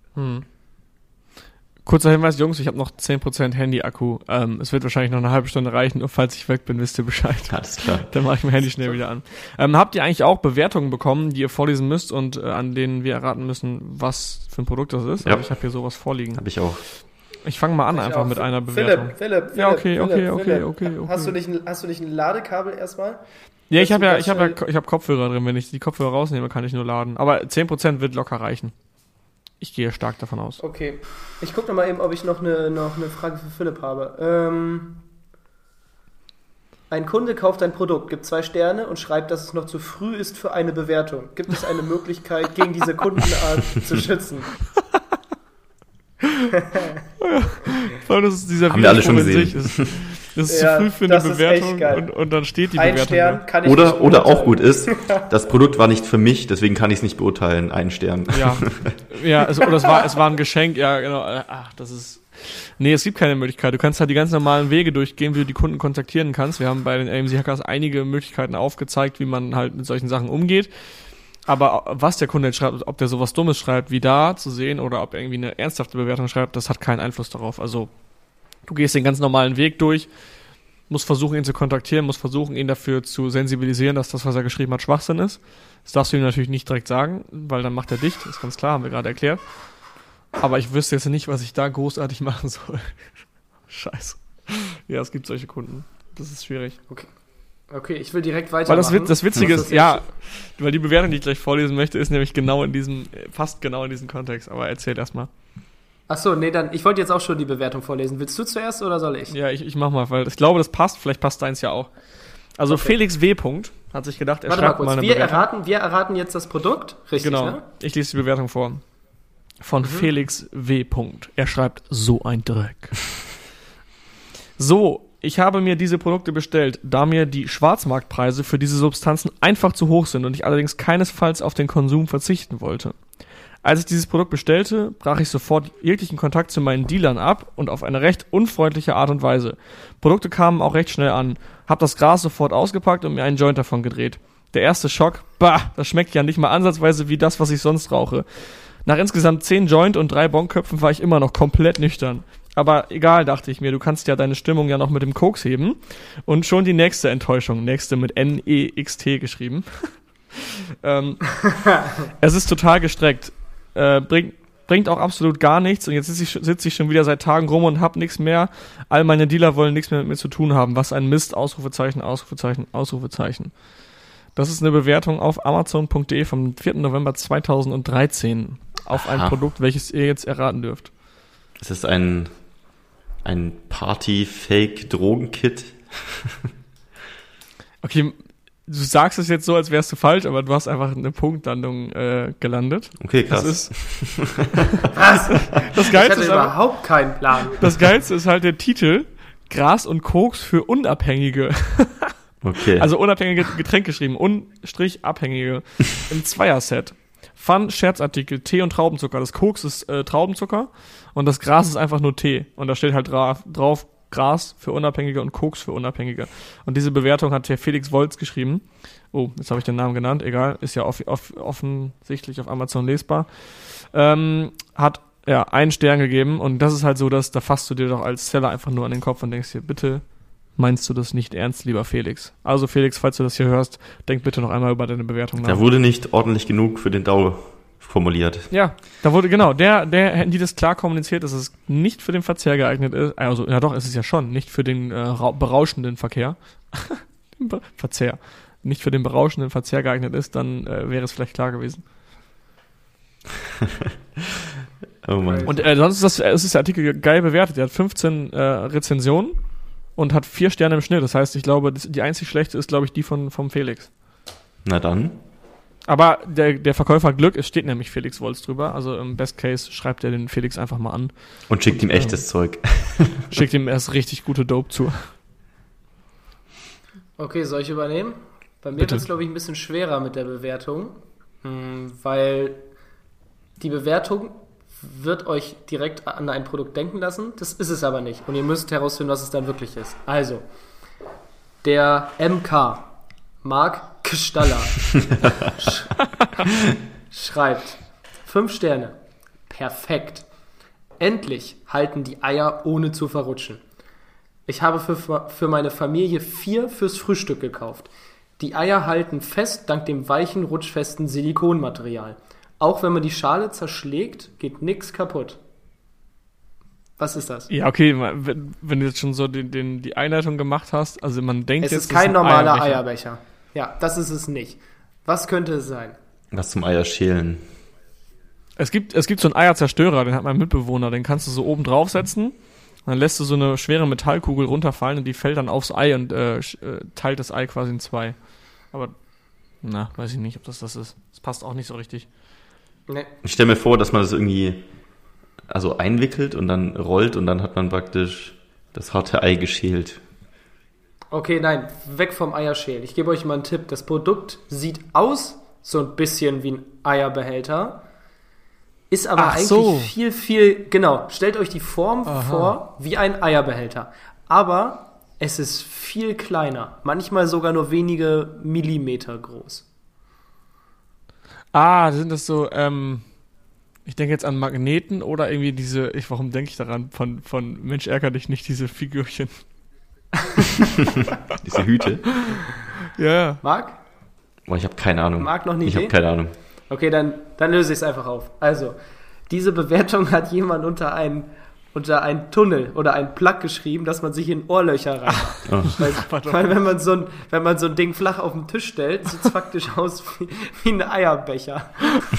[SPEAKER 1] Kurzer Hinweis, Jungs, ich habe noch 10% Handy-Akku. Es wird wahrscheinlich noch eine halbe Stunde reichen und falls ich weg bin, wisst ihr Bescheid.
[SPEAKER 2] Alles klar.
[SPEAKER 1] Dann mache ich mein Handy schnell wieder an. Habt ihr eigentlich auch Bewertungen bekommen, die ihr vorlesen müsst und an denen wir erraten müssen, was für ein Produkt das ist?
[SPEAKER 2] Ja.
[SPEAKER 1] Also ich habe hier sowas vorliegen.
[SPEAKER 2] Habe ich auch.
[SPEAKER 1] Ich fange mal an einfach mit einer Bewertung.
[SPEAKER 3] Philipp.
[SPEAKER 1] Ja, okay.
[SPEAKER 3] Hast du nicht ein Ladekabel erstmal?
[SPEAKER 1] Ja, ich habe Kopfhörer drin. Wenn ich die Kopfhörer rausnehme, kann ich nur laden. Aber 10% wird locker reichen. Ich gehe stark davon aus.
[SPEAKER 3] Okay. Ich gucke noch mal eben, ob ich noch eine Frage für Philipp habe. Ein Kunde kauft ein Produkt, gibt 2 Sterne und schreibt, dass es noch zu früh ist für eine Bewertung. Gibt es eine Möglichkeit, gegen diese Kundenart zu schützen?
[SPEAKER 1] Vor allem, das ist dieser
[SPEAKER 2] haben wir alle schon gesehen.
[SPEAKER 1] Das ist
[SPEAKER 3] Ja,
[SPEAKER 1] zu früh für eine
[SPEAKER 3] das ist
[SPEAKER 1] Bewertung
[SPEAKER 3] echt geil.
[SPEAKER 1] und dann steht die
[SPEAKER 3] Ein
[SPEAKER 1] Bewertung
[SPEAKER 3] Stern
[SPEAKER 1] da.
[SPEAKER 3] kann ich nicht
[SPEAKER 2] Oder auch
[SPEAKER 3] beurteilen.
[SPEAKER 2] gut ist, das Produkt war nicht für mich, deswegen kann ich es nicht beurteilen. 1 Stern.
[SPEAKER 1] Ja, es war ein Geschenk, ja, genau. Ach, das ist. Nee, es gibt keine Möglichkeit. Du kannst halt die ganz normalen Wege durchgehen, wie du die Kunden kontaktieren kannst. Wir haben bei den AMC Hackers einige Möglichkeiten aufgezeigt, wie man halt mit solchen Sachen umgeht. Aber was der Kunde jetzt schreibt, ob der sowas Dummes schreibt, wie da zu sehen, oder ob er irgendwie eine ernsthafte Bewertung schreibt, das hat keinen Einfluss darauf. Also, du gehst den ganz normalen Weg durch, musst versuchen, ihn zu kontaktieren, musst versuchen, ihn dafür zu sensibilisieren, dass das, was er geschrieben hat, Schwachsinn ist. Das darfst du ihm natürlich nicht direkt sagen, weil dann macht er dicht, das ist ganz klar, haben wir gerade erklärt. Aber ich wüsste jetzt nicht, was ich da großartig machen soll. Scheiße. Ja, es gibt solche Kunden. Das ist schwierig.
[SPEAKER 3] Okay, ich will direkt
[SPEAKER 1] Weil
[SPEAKER 3] weitermachen.
[SPEAKER 1] das Witzige
[SPEAKER 3] Das
[SPEAKER 1] ist, ja, weil die Bewertung, die ich gleich vorlesen möchte, ist nämlich fast genau in diesem Kontext. Aber erzähl erst mal.
[SPEAKER 3] Achso, nee, dann, ich wollte jetzt auch schon die Bewertung vorlesen. Willst du zuerst oder soll ich?
[SPEAKER 1] Ja, ich mach mal, weil ich glaube, das passt. Vielleicht passt deins ja auch. Also
[SPEAKER 3] Okay.
[SPEAKER 1] Felix W. hat sich gedacht, er
[SPEAKER 3] Warte mal
[SPEAKER 1] schreibt
[SPEAKER 3] kurz,
[SPEAKER 1] mal eine
[SPEAKER 3] wir
[SPEAKER 1] Bewertung.
[SPEAKER 3] erraten jetzt das Produkt, richtig,
[SPEAKER 1] Genau,
[SPEAKER 3] ne?
[SPEAKER 1] ich lese die Bewertung vor. Von Felix W. Er schreibt, so ein Dreck. So, ich habe mir diese Produkte bestellt, da mir die Schwarzmarktpreise für diese Substanzen einfach zu hoch sind und ich allerdings keinesfalls auf den Konsum verzichten wollte. Als ich dieses Produkt bestellte, brach ich sofort jeglichen Kontakt zu meinen Dealern ab und auf eine recht unfreundliche Art und Weise. Produkte kamen auch recht schnell an, hab das Gras sofort ausgepackt und mir einen Joint davon gedreht. Der erste Schock, das schmeckt ja nicht mal ansatzweise wie das, was ich sonst rauche. Nach insgesamt 10 Joint und 3 Bonköpfen war ich immer noch komplett nüchtern. Aber egal, dachte ich mir, du kannst ja deine Stimmung ja noch mit dem Koks heben. Und schon die nächste Enttäuschung, nächste mit N-E-X-T geschrieben. Es ist total gestreckt. Bringt auch absolut gar nichts. Und jetzt sitze ich schon wieder seit Tagen rum und hab nichts mehr. All meine Dealer wollen nichts mehr mit mir zu tun haben. Was ein Mist, Ausrufezeichen, Ausrufezeichen, Ausrufezeichen. Das ist eine Bewertung auf Amazon.de vom 4. November 2013 auf ein Produkt, welches ihr jetzt erraten dürft.
[SPEAKER 2] Ist das ein Party-Fake-Drogenkit?
[SPEAKER 1] Okay, du sagst es jetzt so, als wärst du falsch, aber du hast einfach eine Punktlandung gelandet.
[SPEAKER 2] Okay, krass.
[SPEAKER 1] Das
[SPEAKER 3] Ich
[SPEAKER 1] Geilste
[SPEAKER 3] hatte
[SPEAKER 1] ist aber,
[SPEAKER 3] überhaupt keinen Plan.
[SPEAKER 1] das Geilste ist halt der Titel: Gras und Koks für Unabhängige.
[SPEAKER 2] Okay.
[SPEAKER 1] Also unabhängige Getränk geschrieben, Abhängige im Zweierset. Fun, Scherzartikel, Tee und Traubenzucker. Das Koks ist Traubenzucker und das Gras ist einfach nur Tee. Und da steht halt drauf Gras für Unabhängige und Koks für Unabhängige. Und diese Bewertung hat der Felix Wolz geschrieben. Oh, jetzt habe ich den Namen genannt. Egal, ist ja offensichtlich auf Amazon lesbar. Hat 1 Stern gegeben und das ist halt so, dass da fasst du dir doch als Seller einfach nur an den Kopf und denkst dir, bitte meinst du das nicht ernst, lieber Felix? Also Felix, falls du das hier hörst, denk bitte noch einmal über deine Bewertung nach.
[SPEAKER 2] Da wurde nicht ordentlich genug für den DAO formuliert.
[SPEAKER 1] Ja, da wurde, genau, hätten die das klar kommuniziert, dass es nicht für den Verzehr geeignet ist. Also, ja doch, ist es ja schon, nicht für den berauschenden Verkehr. Verzehr. Nicht für den berauschenden Verzehr geeignet ist, dann wäre es vielleicht klar gewesen.
[SPEAKER 2] Oh Mann.
[SPEAKER 1] Und sonst ist der Artikel geil bewertet. Er hat 15 Rezensionen und hat 4 Sterne im Schnitt. Das heißt, ich glaube, die einzig schlechte ist, glaube ich, die vom Felix.
[SPEAKER 2] Na dann.
[SPEAKER 1] Aber der Verkäufer hat Glück, es steht nämlich Felix Wolz drüber. Also im Best Case schreibt er den Felix einfach mal an.
[SPEAKER 2] Und schickt ihm echtes Zeug.
[SPEAKER 1] Schickt ihm erst richtig gute Dope zu.
[SPEAKER 3] Okay, soll ich übernehmen? Bei mir
[SPEAKER 1] Bitte.
[SPEAKER 3] wird es, glaube ich, ein bisschen schwerer mit der Bewertung, weil die Bewertung wird euch direkt an ein Produkt denken lassen. Das ist es aber nicht. Und ihr müsst herausfinden, was es dann wirklich ist. Also, der MK, Marc Gestaller, schreibt 5 Sterne. Perfekt. Endlich halten die Eier ohne zu verrutschen. Ich habe für meine Familie 4 fürs Frühstück gekauft. Die Eier halten fest dank dem weichen, rutschfesten Silikonmaterial. Auch wenn man die Schale zerschlägt, geht nichts kaputt. Was ist das?
[SPEAKER 1] Ja, okay, wenn du jetzt schon so die Einleitung gemacht hast, also man denkt
[SPEAKER 3] Es
[SPEAKER 1] jetzt...
[SPEAKER 3] ist kein normaler
[SPEAKER 1] Eierbecher.
[SPEAKER 3] Eierbecher. Ja, das ist es nicht. Was könnte es sein?
[SPEAKER 2] Was zum Eierschälen.
[SPEAKER 1] Es gibt so einen Eierzerstörer, den hat mein Mitbewohner, den kannst du so oben draufsetzen, dann lässt du so eine schwere Metallkugel runterfallen und die fällt dann aufs Ei und teilt das Ei quasi in 2. Aber, weiß ich nicht, ob das ist. Das passt auch nicht so richtig.
[SPEAKER 3] Nee.
[SPEAKER 2] Ich stelle mir vor, dass man das irgendwie einwickelt und dann rollt und dann hat man praktisch das harte Ei geschält.
[SPEAKER 3] Okay, nein, weg vom Eierschälen. Ich gebe euch mal einen Tipp. Das Produkt sieht aus so ein bisschen wie ein Eierbehälter, ist aber genau, stellt euch die Form vor wie ein Eierbehälter. Aber es ist viel kleiner, manchmal sogar nur wenige Millimeter groß.
[SPEAKER 1] Sind das so, ich denke jetzt an Magneten oder irgendwie warum denke ich daran, von Mensch ärger dich nicht, diese Figürchen.
[SPEAKER 2] Diese Hüte.
[SPEAKER 1] Ja.
[SPEAKER 3] Marc?
[SPEAKER 2] Boah, ich habe keine Ahnung.
[SPEAKER 3] Marc noch nicht?
[SPEAKER 2] Ich habe keine Ahnung.
[SPEAKER 3] Okay, dann löse ich es einfach auf. Also, diese Bewertung hat jemand unter einen Tunnel oder einen Plug geschrieben, dass man sich in Ohrlöcher reinmacht. Weil wenn man so ein Ding flach auf den Tisch stellt, sieht es faktisch aus wie ein Eierbecher.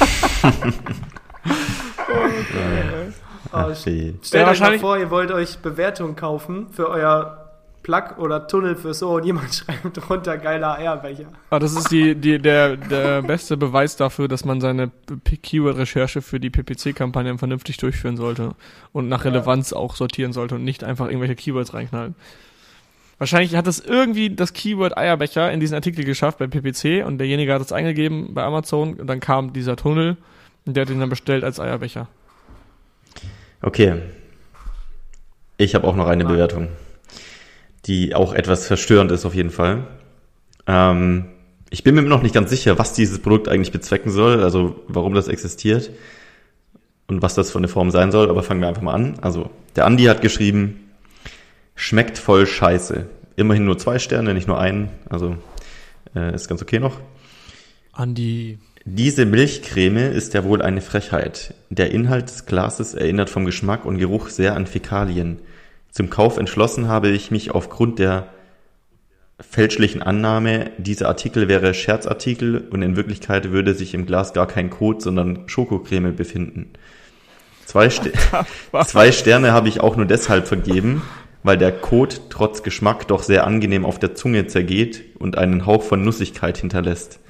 [SPEAKER 3] Stellt euch mal vor, ihr wollt euch Bewertungen kaufen für euer Plug oder Tunnel fürs Ohr und jemand schreibt drunter geiler Eierbecher.
[SPEAKER 1] Das ist der beste Beweis dafür, dass man seine Keyword-Recherche für die PPC-Kampagnen vernünftig durchführen sollte und nach Relevanz auch sortieren sollte und nicht einfach irgendwelche Keywords reinknallen. Wahrscheinlich hat es irgendwie das Keyword Eierbecher in diesen Artikel geschafft bei PPC und derjenige hat es eingegeben bei Amazon und dann kam dieser Tunnel und der hat ihn dann bestellt als Eierbecher.
[SPEAKER 2] Okay. Ich habe auch noch eine Bewertung, die auch etwas verstörend ist auf jeden Fall. Ich bin mir noch nicht ganz sicher, was dieses Produkt eigentlich bezwecken soll, also warum das existiert und was das für eine Form sein soll, aber fangen wir einfach mal an. Also der Andi hat geschrieben, schmeckt voll scheiße. Immerhin nur 2 Sterne, nicht nur einen, also ist ganz okay noch.
[SPEAKER 1] Andi.
[SPEAKER 2] Diese Milchcreme ist ja wohl eine Frechheit. Der Inhalt des Glases erinnert vom Geschmack und Geruch sehr an Fäkalien. Zum Kauf entschlossen habe ich mich aufgrund der fälschlichen Annahme, dieser Artikel wäre Scherzartikel und in Wirklichkeit würde sich im Glas gar kein Kot, sondern Schokocreme befinden. 2 Sterne habe ich auch nur deshalb vergeben, weil der Kot trotz Geschmack doch sehr angenehm auf der Zunge zergeht und einen Hauch von Nussigkeit hinterlässt.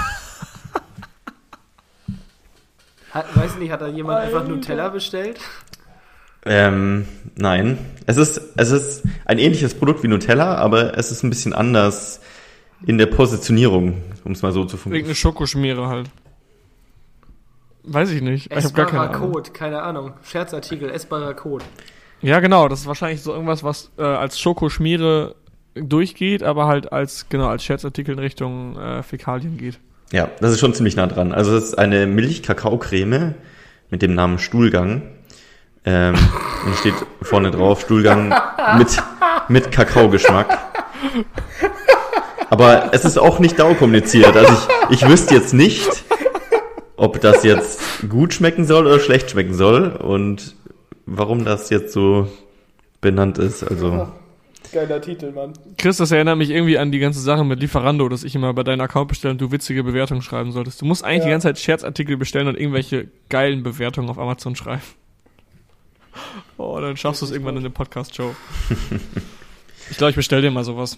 [SPEAKER 3] Weiß nicht, hat da jemand einfach Nutella bestellt?
[SPEAKER 2] Nein. Es ist ein ähnliches Produkt wie Nutella, aber es ist ein bisschen anders in der Positionierung, um es mal so zu formulieren.
[SPEAKER 1] Irgendeine Schokoschmiere halt. Weiß ich nicht. Ich habe gar keine Ahnung.
[SPEAKER 3] Code, keine Ahnung. Scherzartikel, essbarer Code.
[SPEAKER 1] Ja, genau. Das ist wahrscheinlich so irgendwas, was als Schokoschmiere durchgeht, aber halt als Scherzartikel in Richtung Fäkalien geht.
[SPEAKER 2] Ja, das ist schon ziemlich nah dran. Also es ist eine Milch-Kakao-Creme mit dem Namen Stuhlgang. Und steht vorne drauf, Stuhlgang mit Kakaogeschmack. Aber es ist auch nicht dauerkommuniziert. Also ich wüsste jetzt nicht, ob das jetzt gut schmecken soll oder schlecht schmecken soll und warum das jetzt so benannt ist. Also
[SPEAKER 3] geiler Titel, Mann.
[SPEAKER 1] Chris, das erinnert mich irgendwie an die ganze Sache mit Lieferando, dass ich immer bei deinem Account bestelle und du witzige Bewertungen schreiben solltest. Du musst eigentlich die ganze Zeit Scherzartikel bestellen und irgendwelche geilen Bewertungen auf Amazon schreiben. Oh, dann schaffst du es irgendwann in der Podcast-Show. Ich glaube, ich bestelle dir mal sowas.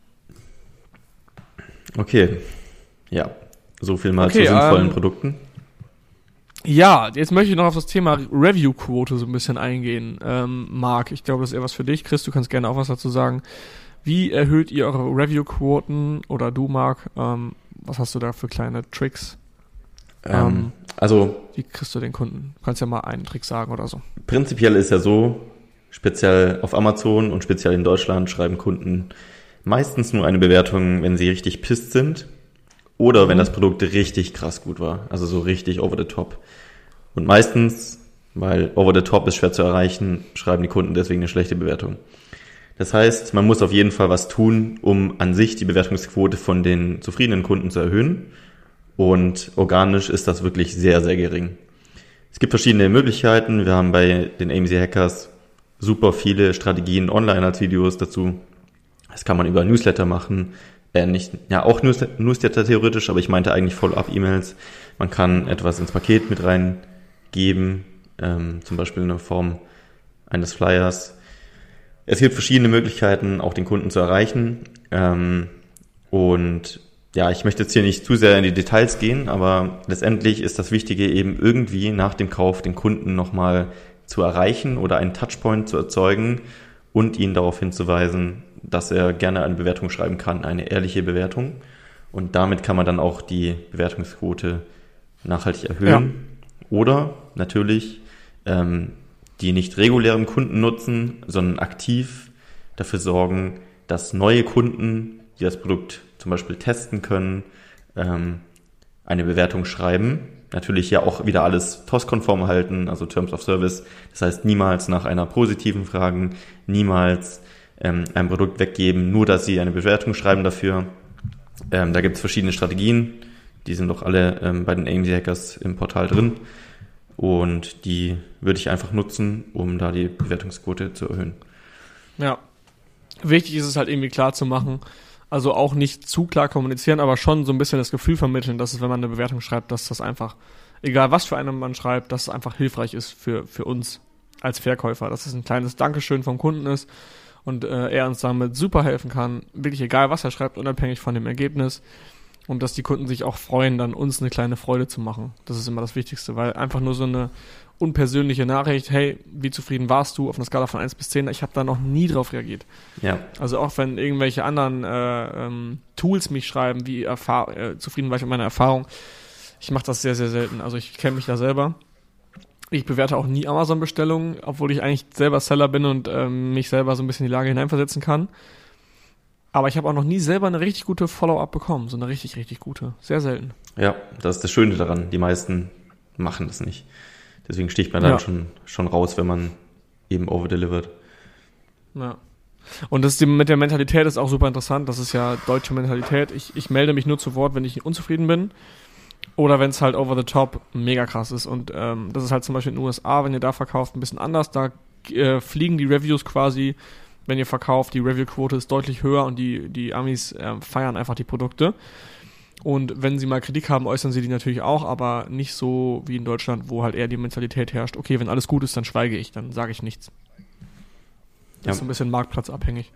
[SPEAKER 2] Okay. Ja, so viel mal zu sinnvollen Produkten.
[SPEAKER 1] Ja, jetzt möchte ich noch auf das Thema Review-Quote so ein bisschen eingehen. Marc, ich glaube, das ist eher was für dich. Chris, du kannst gerne auch was dazu sagen. Wie erhöht ihr eure Review-Quoten? Oder du, Marc, was hast du da für kleine Tricks? Wie kriegst du den Kunden? Du kannst ja mal einen Trick sagen oder so.
[SPEAKER 2] Prinzipiell ist ja so, speziell auf Amazon und speziell in Deutschland schreiben Kunden meistens nur eine Bewertung, wenn sie richtig pisst sind oder wenn das Produkt richtig krass gut war. Also so richtig over the top. Und meistens, weil over the top ist schwer zu erreichen, schreiben die Kunden deswegen eine schlechte Bewertung. Das heißt, man muss auf jeden Fall was tun, um an sich die Bewertungsquote von den zufriedenen Kunden zu erhöhen. Und organisch ist das wirklich sehr, sehr gering. Es gibt verschiedene Möglichkeiten. Wir haben bei den AMZ Hackers super viele Strategien online als Videos dazu. Das kann man über Newsletter machen. Auch Newsletter theoretisch, aber ich meinte eigentlich Follow-up-E-Mails. Man kann etwas ins Paket mit reingeben, zum Beispiel in der Form eines Flyers. Es gibt verschiedene Möglichkeiten, auch den Kunden zu erreichen. Und ja, ich möchte jetzt hier nicht zu sehr in die Details gehen, aber letztendlich ist das Wichtige eben irgendwie nach dem Kauf den Kunden nochmal zu erreichen oder einen Touchpoint zu erzeugen und ihn darauf hinzuweisen, dass er gerne eine Bewertung schreiben kann, eine ehrliche Bewertung. Und damit kann man dann auch die Bewertungsquote nachhaltig erhöhen. Ja. Oder natürlich die nicht regulären Kunden nutzen, sondern aktiv dafür sorgen, dass neue Kunden, die das Produkt zum Beispiel testen können, eine Bewertung schreiben. Natürlich ja auch wieder alles TOS-konform halten, also Terms of Service. Das heißt, niemals nach einer positiven fragen, niemals ein Produkt weggeben, nur dass sie eine Bewertung schreiben dafür. Da gibt es verschiedene Strategien, die sind doch alle bei den AMZ Hackers im Portal drin. Und die würde ich einfach nutzen, um da die Bewertungsquote zu erhöhen.
[SPEAKER 1] Ja, wichtig ist es halt irgendwie klar zu machen, also auch nicht zu klar kommunizieren, aber schon so ein bisschen das Gefühl vermitteln, dass es, wenn man eine Bewertung schreibt, dass das einfach, egal was für einen man schreibt, dass es einfach hilfreich ist für uns als Verkäufer, dass es ein kleines Dankeschön vom Kunden ist und er uns damit super helfen kann, wirklich egal was er schreibt, unabhängig von dem Ergebnis. Und dass die Kunden sich auch freuen, dann uns eine kleine Freude zu machen. Das ist immer das Wichtigste, weil einfach nur so eine unpersönliche Nachricht, hey, wie zufrieden warst du auf einer Skala von 1 bis 10, ich habe da noch nie drauf reagiert.
[SPEAKER 2] Ja.
[SPEAKER 1] Also auch wenn irgendwelche anderen Tools mich schreiben, wie zufrieden war ich mit meiner Erfahrung, ich mache das sehr, sehr selten. Also ich kenne mich da selber. Ich bewerte auch nie Amazon-Bestellungen, obwohl ich eigentlich selber Seller bin und mich selber so ein bisschen in die Lage hineinversetzen kann. Aber ich habe auch noch nie selber eine richtig gute Follow-up bekommen. So eine richtig, richtig gute. Sehr selten.
[SPEAKER 2] Ja, das ist das Schöne daran. Die meisten machen das nicht. Deswegen sticht man dann schon raus, wenn man eben overdelivert.
[SPEAKER 1] Ja. Und das mit der Mentalität ist auch super interessant. Das ist ja deutsche Mentalität. Ich melde mich nur zu Wort, wenn ich unzufrieden bin. Oder wenn es halt over the top mega krass ist. Und das ist halt zum Beispiel in den USA, wenn ihr da verkauft, ein bisschen anders. Da fliegen die Reviews quasi, wenn ihr verkauft, die Review-Quote ist deutlich höher und die Amis feiern einfach die Produkte. Und wenn sie mal Kritik haben, äußern sie die natürlich auch, aber nicht so wie in Deutschland, wo halt eher die Mentalität herrscht, okay, wenn alles gut ist, dann schweige ich, dann sage ich nichts. Das ist so ein bisschen marktplatzabhängig.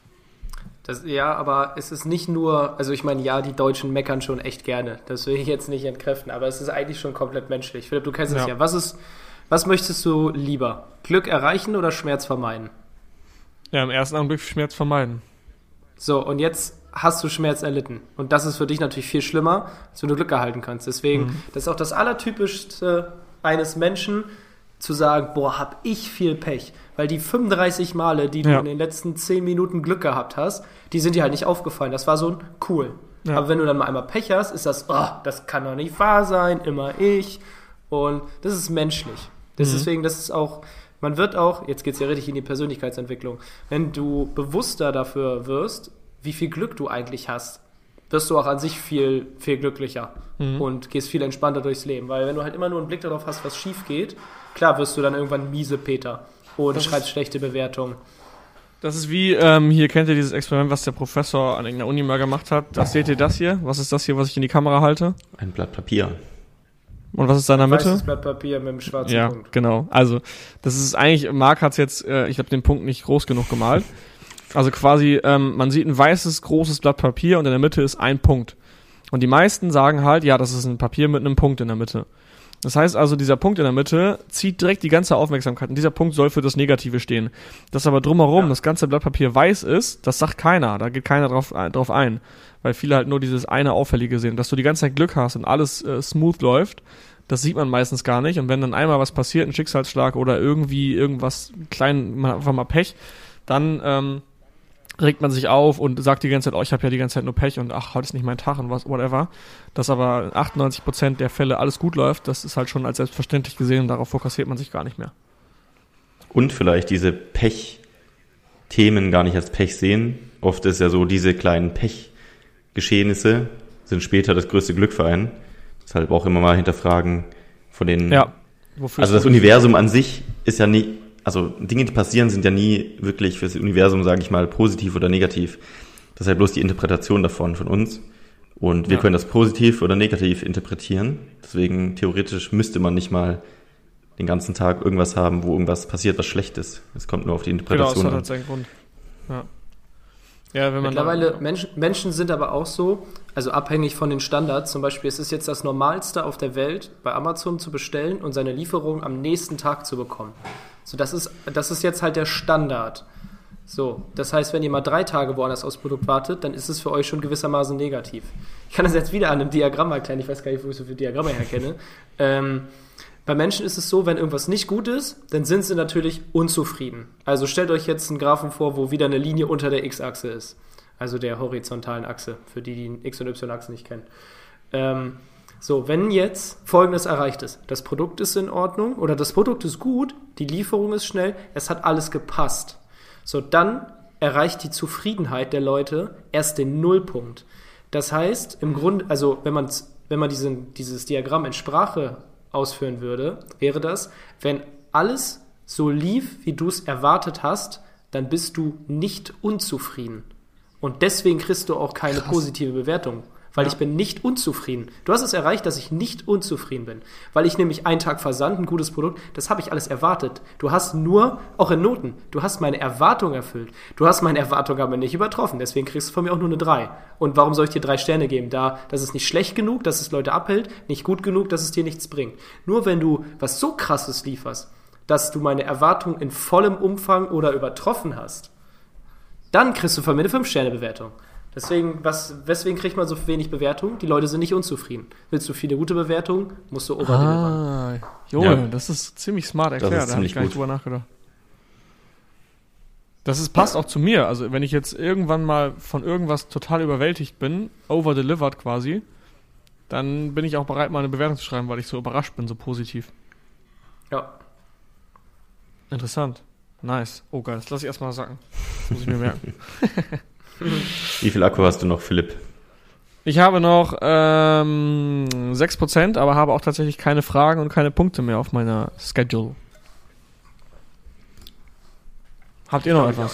[SPEAKER 3] Ja, aber es ist nicht nur, also ich meine, ja, die Deutschen meckern schon echt gerne, das will ich jetzt nicht entkräften, aber es ist eigentlich schon komplett menschlich. Philipp, du kennst es ja. Was möchtest du lieber? Glück erreichen oder Schmerz vermeiden?
[SPEAKER 1] Ja, im ersten Augenblick Schmerz vermeiden.
[SPEAKER 3] So, und jetzt hast du Schmerz erlitten. Und das ist für dich natürlich viel schlimmer, als wenn du Glück erhalten kannst. Deswegen, das ist auch das Allertypischste eines Menschen, zu sagen, boah, hab ich viel Pech. Weil die 35 Male, die du in den letzten 10 Minuten Glück gehabt hast, die sind dir halt nicht aufgefallen. Das war so ein cool. Ja. Aber wenn du dann mal einmal Pech hast, ist das, oh, das kann doch nicht wahr sein, immer ich. Und das ist menschlich. Deswegen, das ist auch... Man wird auch, jetzt geht's ja richtig in die Persönlichkeitsentwicklung, wenn du bewusster dafür wirst, wie viel Glück du eigentlich hast, wirst du auch an sich viel, viel glücklicher und gehst viel entspannter durchs Leben. Weil wenn du halt immer nur einen Blick darauf hast, was schief geht, klar wirst du dann irgendwann miese Peter und schreibst schlechte Bewertungen.
[SPEAKER 1] Das ist wie, hier kennt ihr dieses Experiment, was der Professor an irgendeiner Uni mal gemacht hat. Seht ihr das hier? Was ist das hier, was ich in die Kamera halte?
[SPEAKER 2] Ein Blatt Papier.
[SPEAKER 1] Und was ist da in der Mitte?
[SPEAKER 3] Weißes Blatt Papier mit einem schwarzen Punkt. Ja,
[SPEAKER 1] genau. Also, das ist eigentlich, Marc hat's jetzt, ich habe den Punkt nicht groß genug gemalt. Also quasi, man sieht ein weißes, großes Blatt Papier und in der Mitte ist ein Punkt. Und die meisten sagen halt, ja, das ist ein Papier mit einem Punkt in der Mitte. Das heißt also, dieser Punkt in der Mitte zieht direkt die ganze Aufmerksamkeit. Und dieser Punkt soll für das Negative stehen. Dass aber drumherum das ganze Blatt Papier weiß ist, das sagt keiner. Da geht keiner drauf ein. Weil viele halt nur dieses eine Auffällige sehen. Dass du die ganze Zeit Glück hast und alles smooth läuft, das sieht man meistens gar nicht. Und wenn dann einmal was passiert, ein Schicksalsschlag oder irgendwie irgendwas klein, einfach mal Pech, dann regt man sich auf und sagt die ganze Zeit, oh, ich habe ja die ganze Zeit nur Pech und ach, heute ist nicht mein Tag und was, whatever. Dass aber 98% der Fälle alles gut läuft, das ist halt schon als selbstverständlich gesehen und darauf fokussiert man sich gar nicht mehr.
[SPEAKER 2] Und vielleicht diese Pech-Themen gar nicht als Pech sehen. Oft ist ja so, diese kleinen Pech-Geschehnisse sind später das größte Glück für einen. Deshalb auch immer mal hinterfragen von den...
[SPEAKER 1] Ja.
[SPEAKER 2] Also das Universum an sich ist ja nie... Also Dinge, die passieren, sind ja nie wirklich fürs Universum, sage ich mal, positiv oder negativ. Das ist halt bloß die Interpretation davon von uns. Und wir können das positiv oder negativ interpretieren. Deswegen theoretisch müsste man nicht mal den ganzen Tag irgendwas haben, wo irgendwas passiert, was schlecht ist. Es kommt nur auf die Interpretation
[SPEAKER 1] an. Genau, das hat halt seinen Grund. Ja. Ja, wenn man
[SPEAKER 3] mittlerweile, Menschen sind aber auch so, also abhängig von den Standards, zum Beispiel, es ist jetzt das Normalste auf der Welt, bei Amazon zu bestellen und seine Lieferung am nächsten Tag zu bekommen. So, das ist jetzt halt der Standard. So, das heißt, wenn ihr mal 3 Tage woanders aufs Produkt wartet, dann ist es für euch schon gewissermaßen negativ. Ich kann das jetzt wieder an einem Diagramm erklären, ich weiß gar nicht, wo ich so viele Diagramme herkenne. Bei Menschen ist es so, wenn irgendwas nicht gut ist, dann sind sie natürlich unzufrieden. Also stellt euch jetzt einen Graphen vor, wo wieder eine Linie unter der X-Achse ist. Also der horizontalen Achse, für die X- und Y-Achse nicht kennen. So, wenn jetzt Folgendes erreicht ist, das Produkt ist in Ordnung oder das Produkt ist gut, die Lieferung ist schnell, es hat alles gepasst. So, dann erreicht die Zufriedenheit der Leute erst den Nullpunkt. Das heißt, im Grunde, also wenn man dieses Diagramm in Sprache ausführen würde, wäre das, wenn alles so lief, wie du es erwartet hast, dann bist du nicht unzufrieden. Und deswegen kriegst du auch keine positive Bewertung. Weil ich bin nicht unzufrieden. Du hast es erreicht, dass ich nicht unzufrieden bin. Weil ich nämlich einen Tag Versand, ein gutes Produkt, das habe ich alles erwartet. Du hast nur, auch in Noten, du hast meine Erwartung erfüllt. Du hast meine Erwartung aber nicht übertroffen. Deswegen kriegst du von mir auch nur eine 3. Und warum soll ich dir 3 Sterne geben? Das ist nicht schlecht genug, dass es Leute abhält, nicht gut genug, dass es dir nichts bringt. Nur wenn du was so Krasses lieferst, dass du meine Erwartung in vollem Umfang oder übertroffen hast, dann kriegst du von mir eine 5-Sterne-Bewertung. Weswegen kriegt man so wenig Bewertung? Die Leute sind nicht unzufrieden. Willst du viele gute Bewertungen, musst du overdelivern.
[SPEAKER 1] Junge, das ist ziemlich smart erklärt, da habe ich gar nicht drüber nachgedacht. Passt auch zu mir. Also wenn ich jetzt irgendwann mal von irgendwas total überwältigt bin, overdelivered quasi, dann bin ich auch bereit, mal eine Bewertung zu schreiben, weil ich so überrascht bin, so positiv.
[SPEAKER 3] Ja.
[SPEAKER 1] Interessant. Nice. Oh geil, das lasse ich erstmal sacken. Das muss ich mir merken.
[SPEAKER 2] Wie viel Akku hast du noch, Philipp?
[SPEAKER 1] Ich habe noch 6%, aber habe auch tatsächlich keine Fragen und keine Punkte mehr auf meiner Schedule. Habt ihr noch etwas?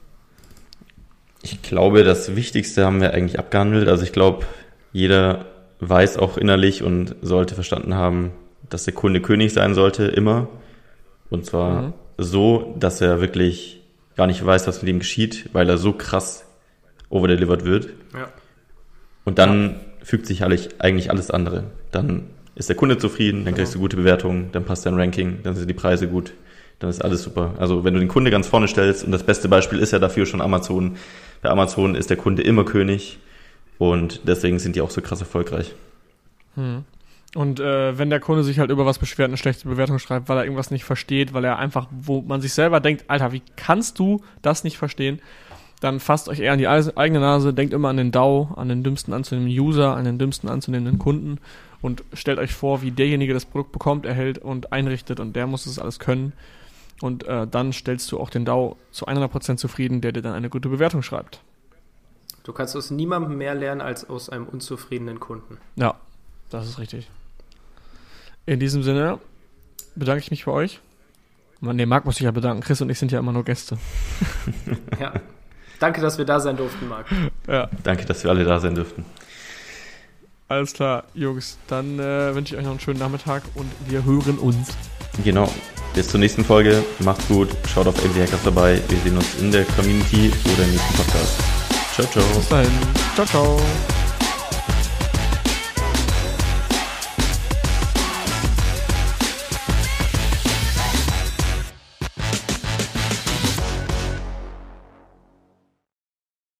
[SPEAKER 2] Ich glaube, das Wichtigste haben wir eigentlich abgehandelt. Also ich glaube, jeder weiß auch innerlich und sollte verstanden haben, dass der Kunde König sein sollte, immer. Und zwar so, dass er wirklich gar nicht weiß, was mit ihm geschieht, weil er so krass overdelivered wird.
[SPEAKER 3] Ja.
[SPEAKER 2] Und dann fügt sich eigentlich alles andere. Dann ist der Kunde zufrieden, dann kriegst du gute Bewertungen, dann passt dein Ranking, dann sind die Preise gut, dann ist alles super. Also wenn du den Kunde ganz vorne stellst, und das beste Beispiel ist ja dafür schon Amazon. Bei Amazon ist der Kunde immer König und deswegen sind die auch so krass erfolgreich.
[SPEAKER 1] Und wenn der Kunde sich halt über was beschwert, eine schlechte Bewertung schreibt, weil er irgendwas nicht versteht, weil er einfach, wo man sich selber denkt, Alter, wie kannst du das nicht verstehen? Dann fasst euch eher an die eigene Nase, denkt immer an den DAO, an den dümmsten anzunehmenden User, an den dümmsten anzunehmenden Kunden und stellt euch vor, wie derjenige das Produkt bekommt, erhält und einrichtet und der muss das alles können. Und dann stellst du auch den DAO zu 100% zufrieden, der dir dann eine gute Bewertung schreibt.
[SPEAKER 3] Du kannst aus niemandem mehr lernen als aus einem unzufriedenen Kunden.
[SPEAKER 1] Ja, das ist richtig. In diesem Sinne bedanke ich mich für euch. Marc muss sich ja bedanken. Chris und ich sind ja immer nur Gäste.
[SPEAKER 3] Ja. Danke, dass wir da sein durften, Marc.
[SPEAKER 2] Ja. Danke, dass wir alle da sein durften.
[SPEAKER 1] Alles klar, Jungs. Dann wünsche ich euch noch einen schönen Nachmittag und wir hören uns.
[SPEAKER 2] Genau. Bis zur nächsten Folge. Macht's gut. Schaut auf AMZ Hackers vorbei. Wir sehen uns in der Community oder im nächsten Podcast. Ciao, ciao.
[SPEAKER 1] Bis dahin. Ciao, ciao.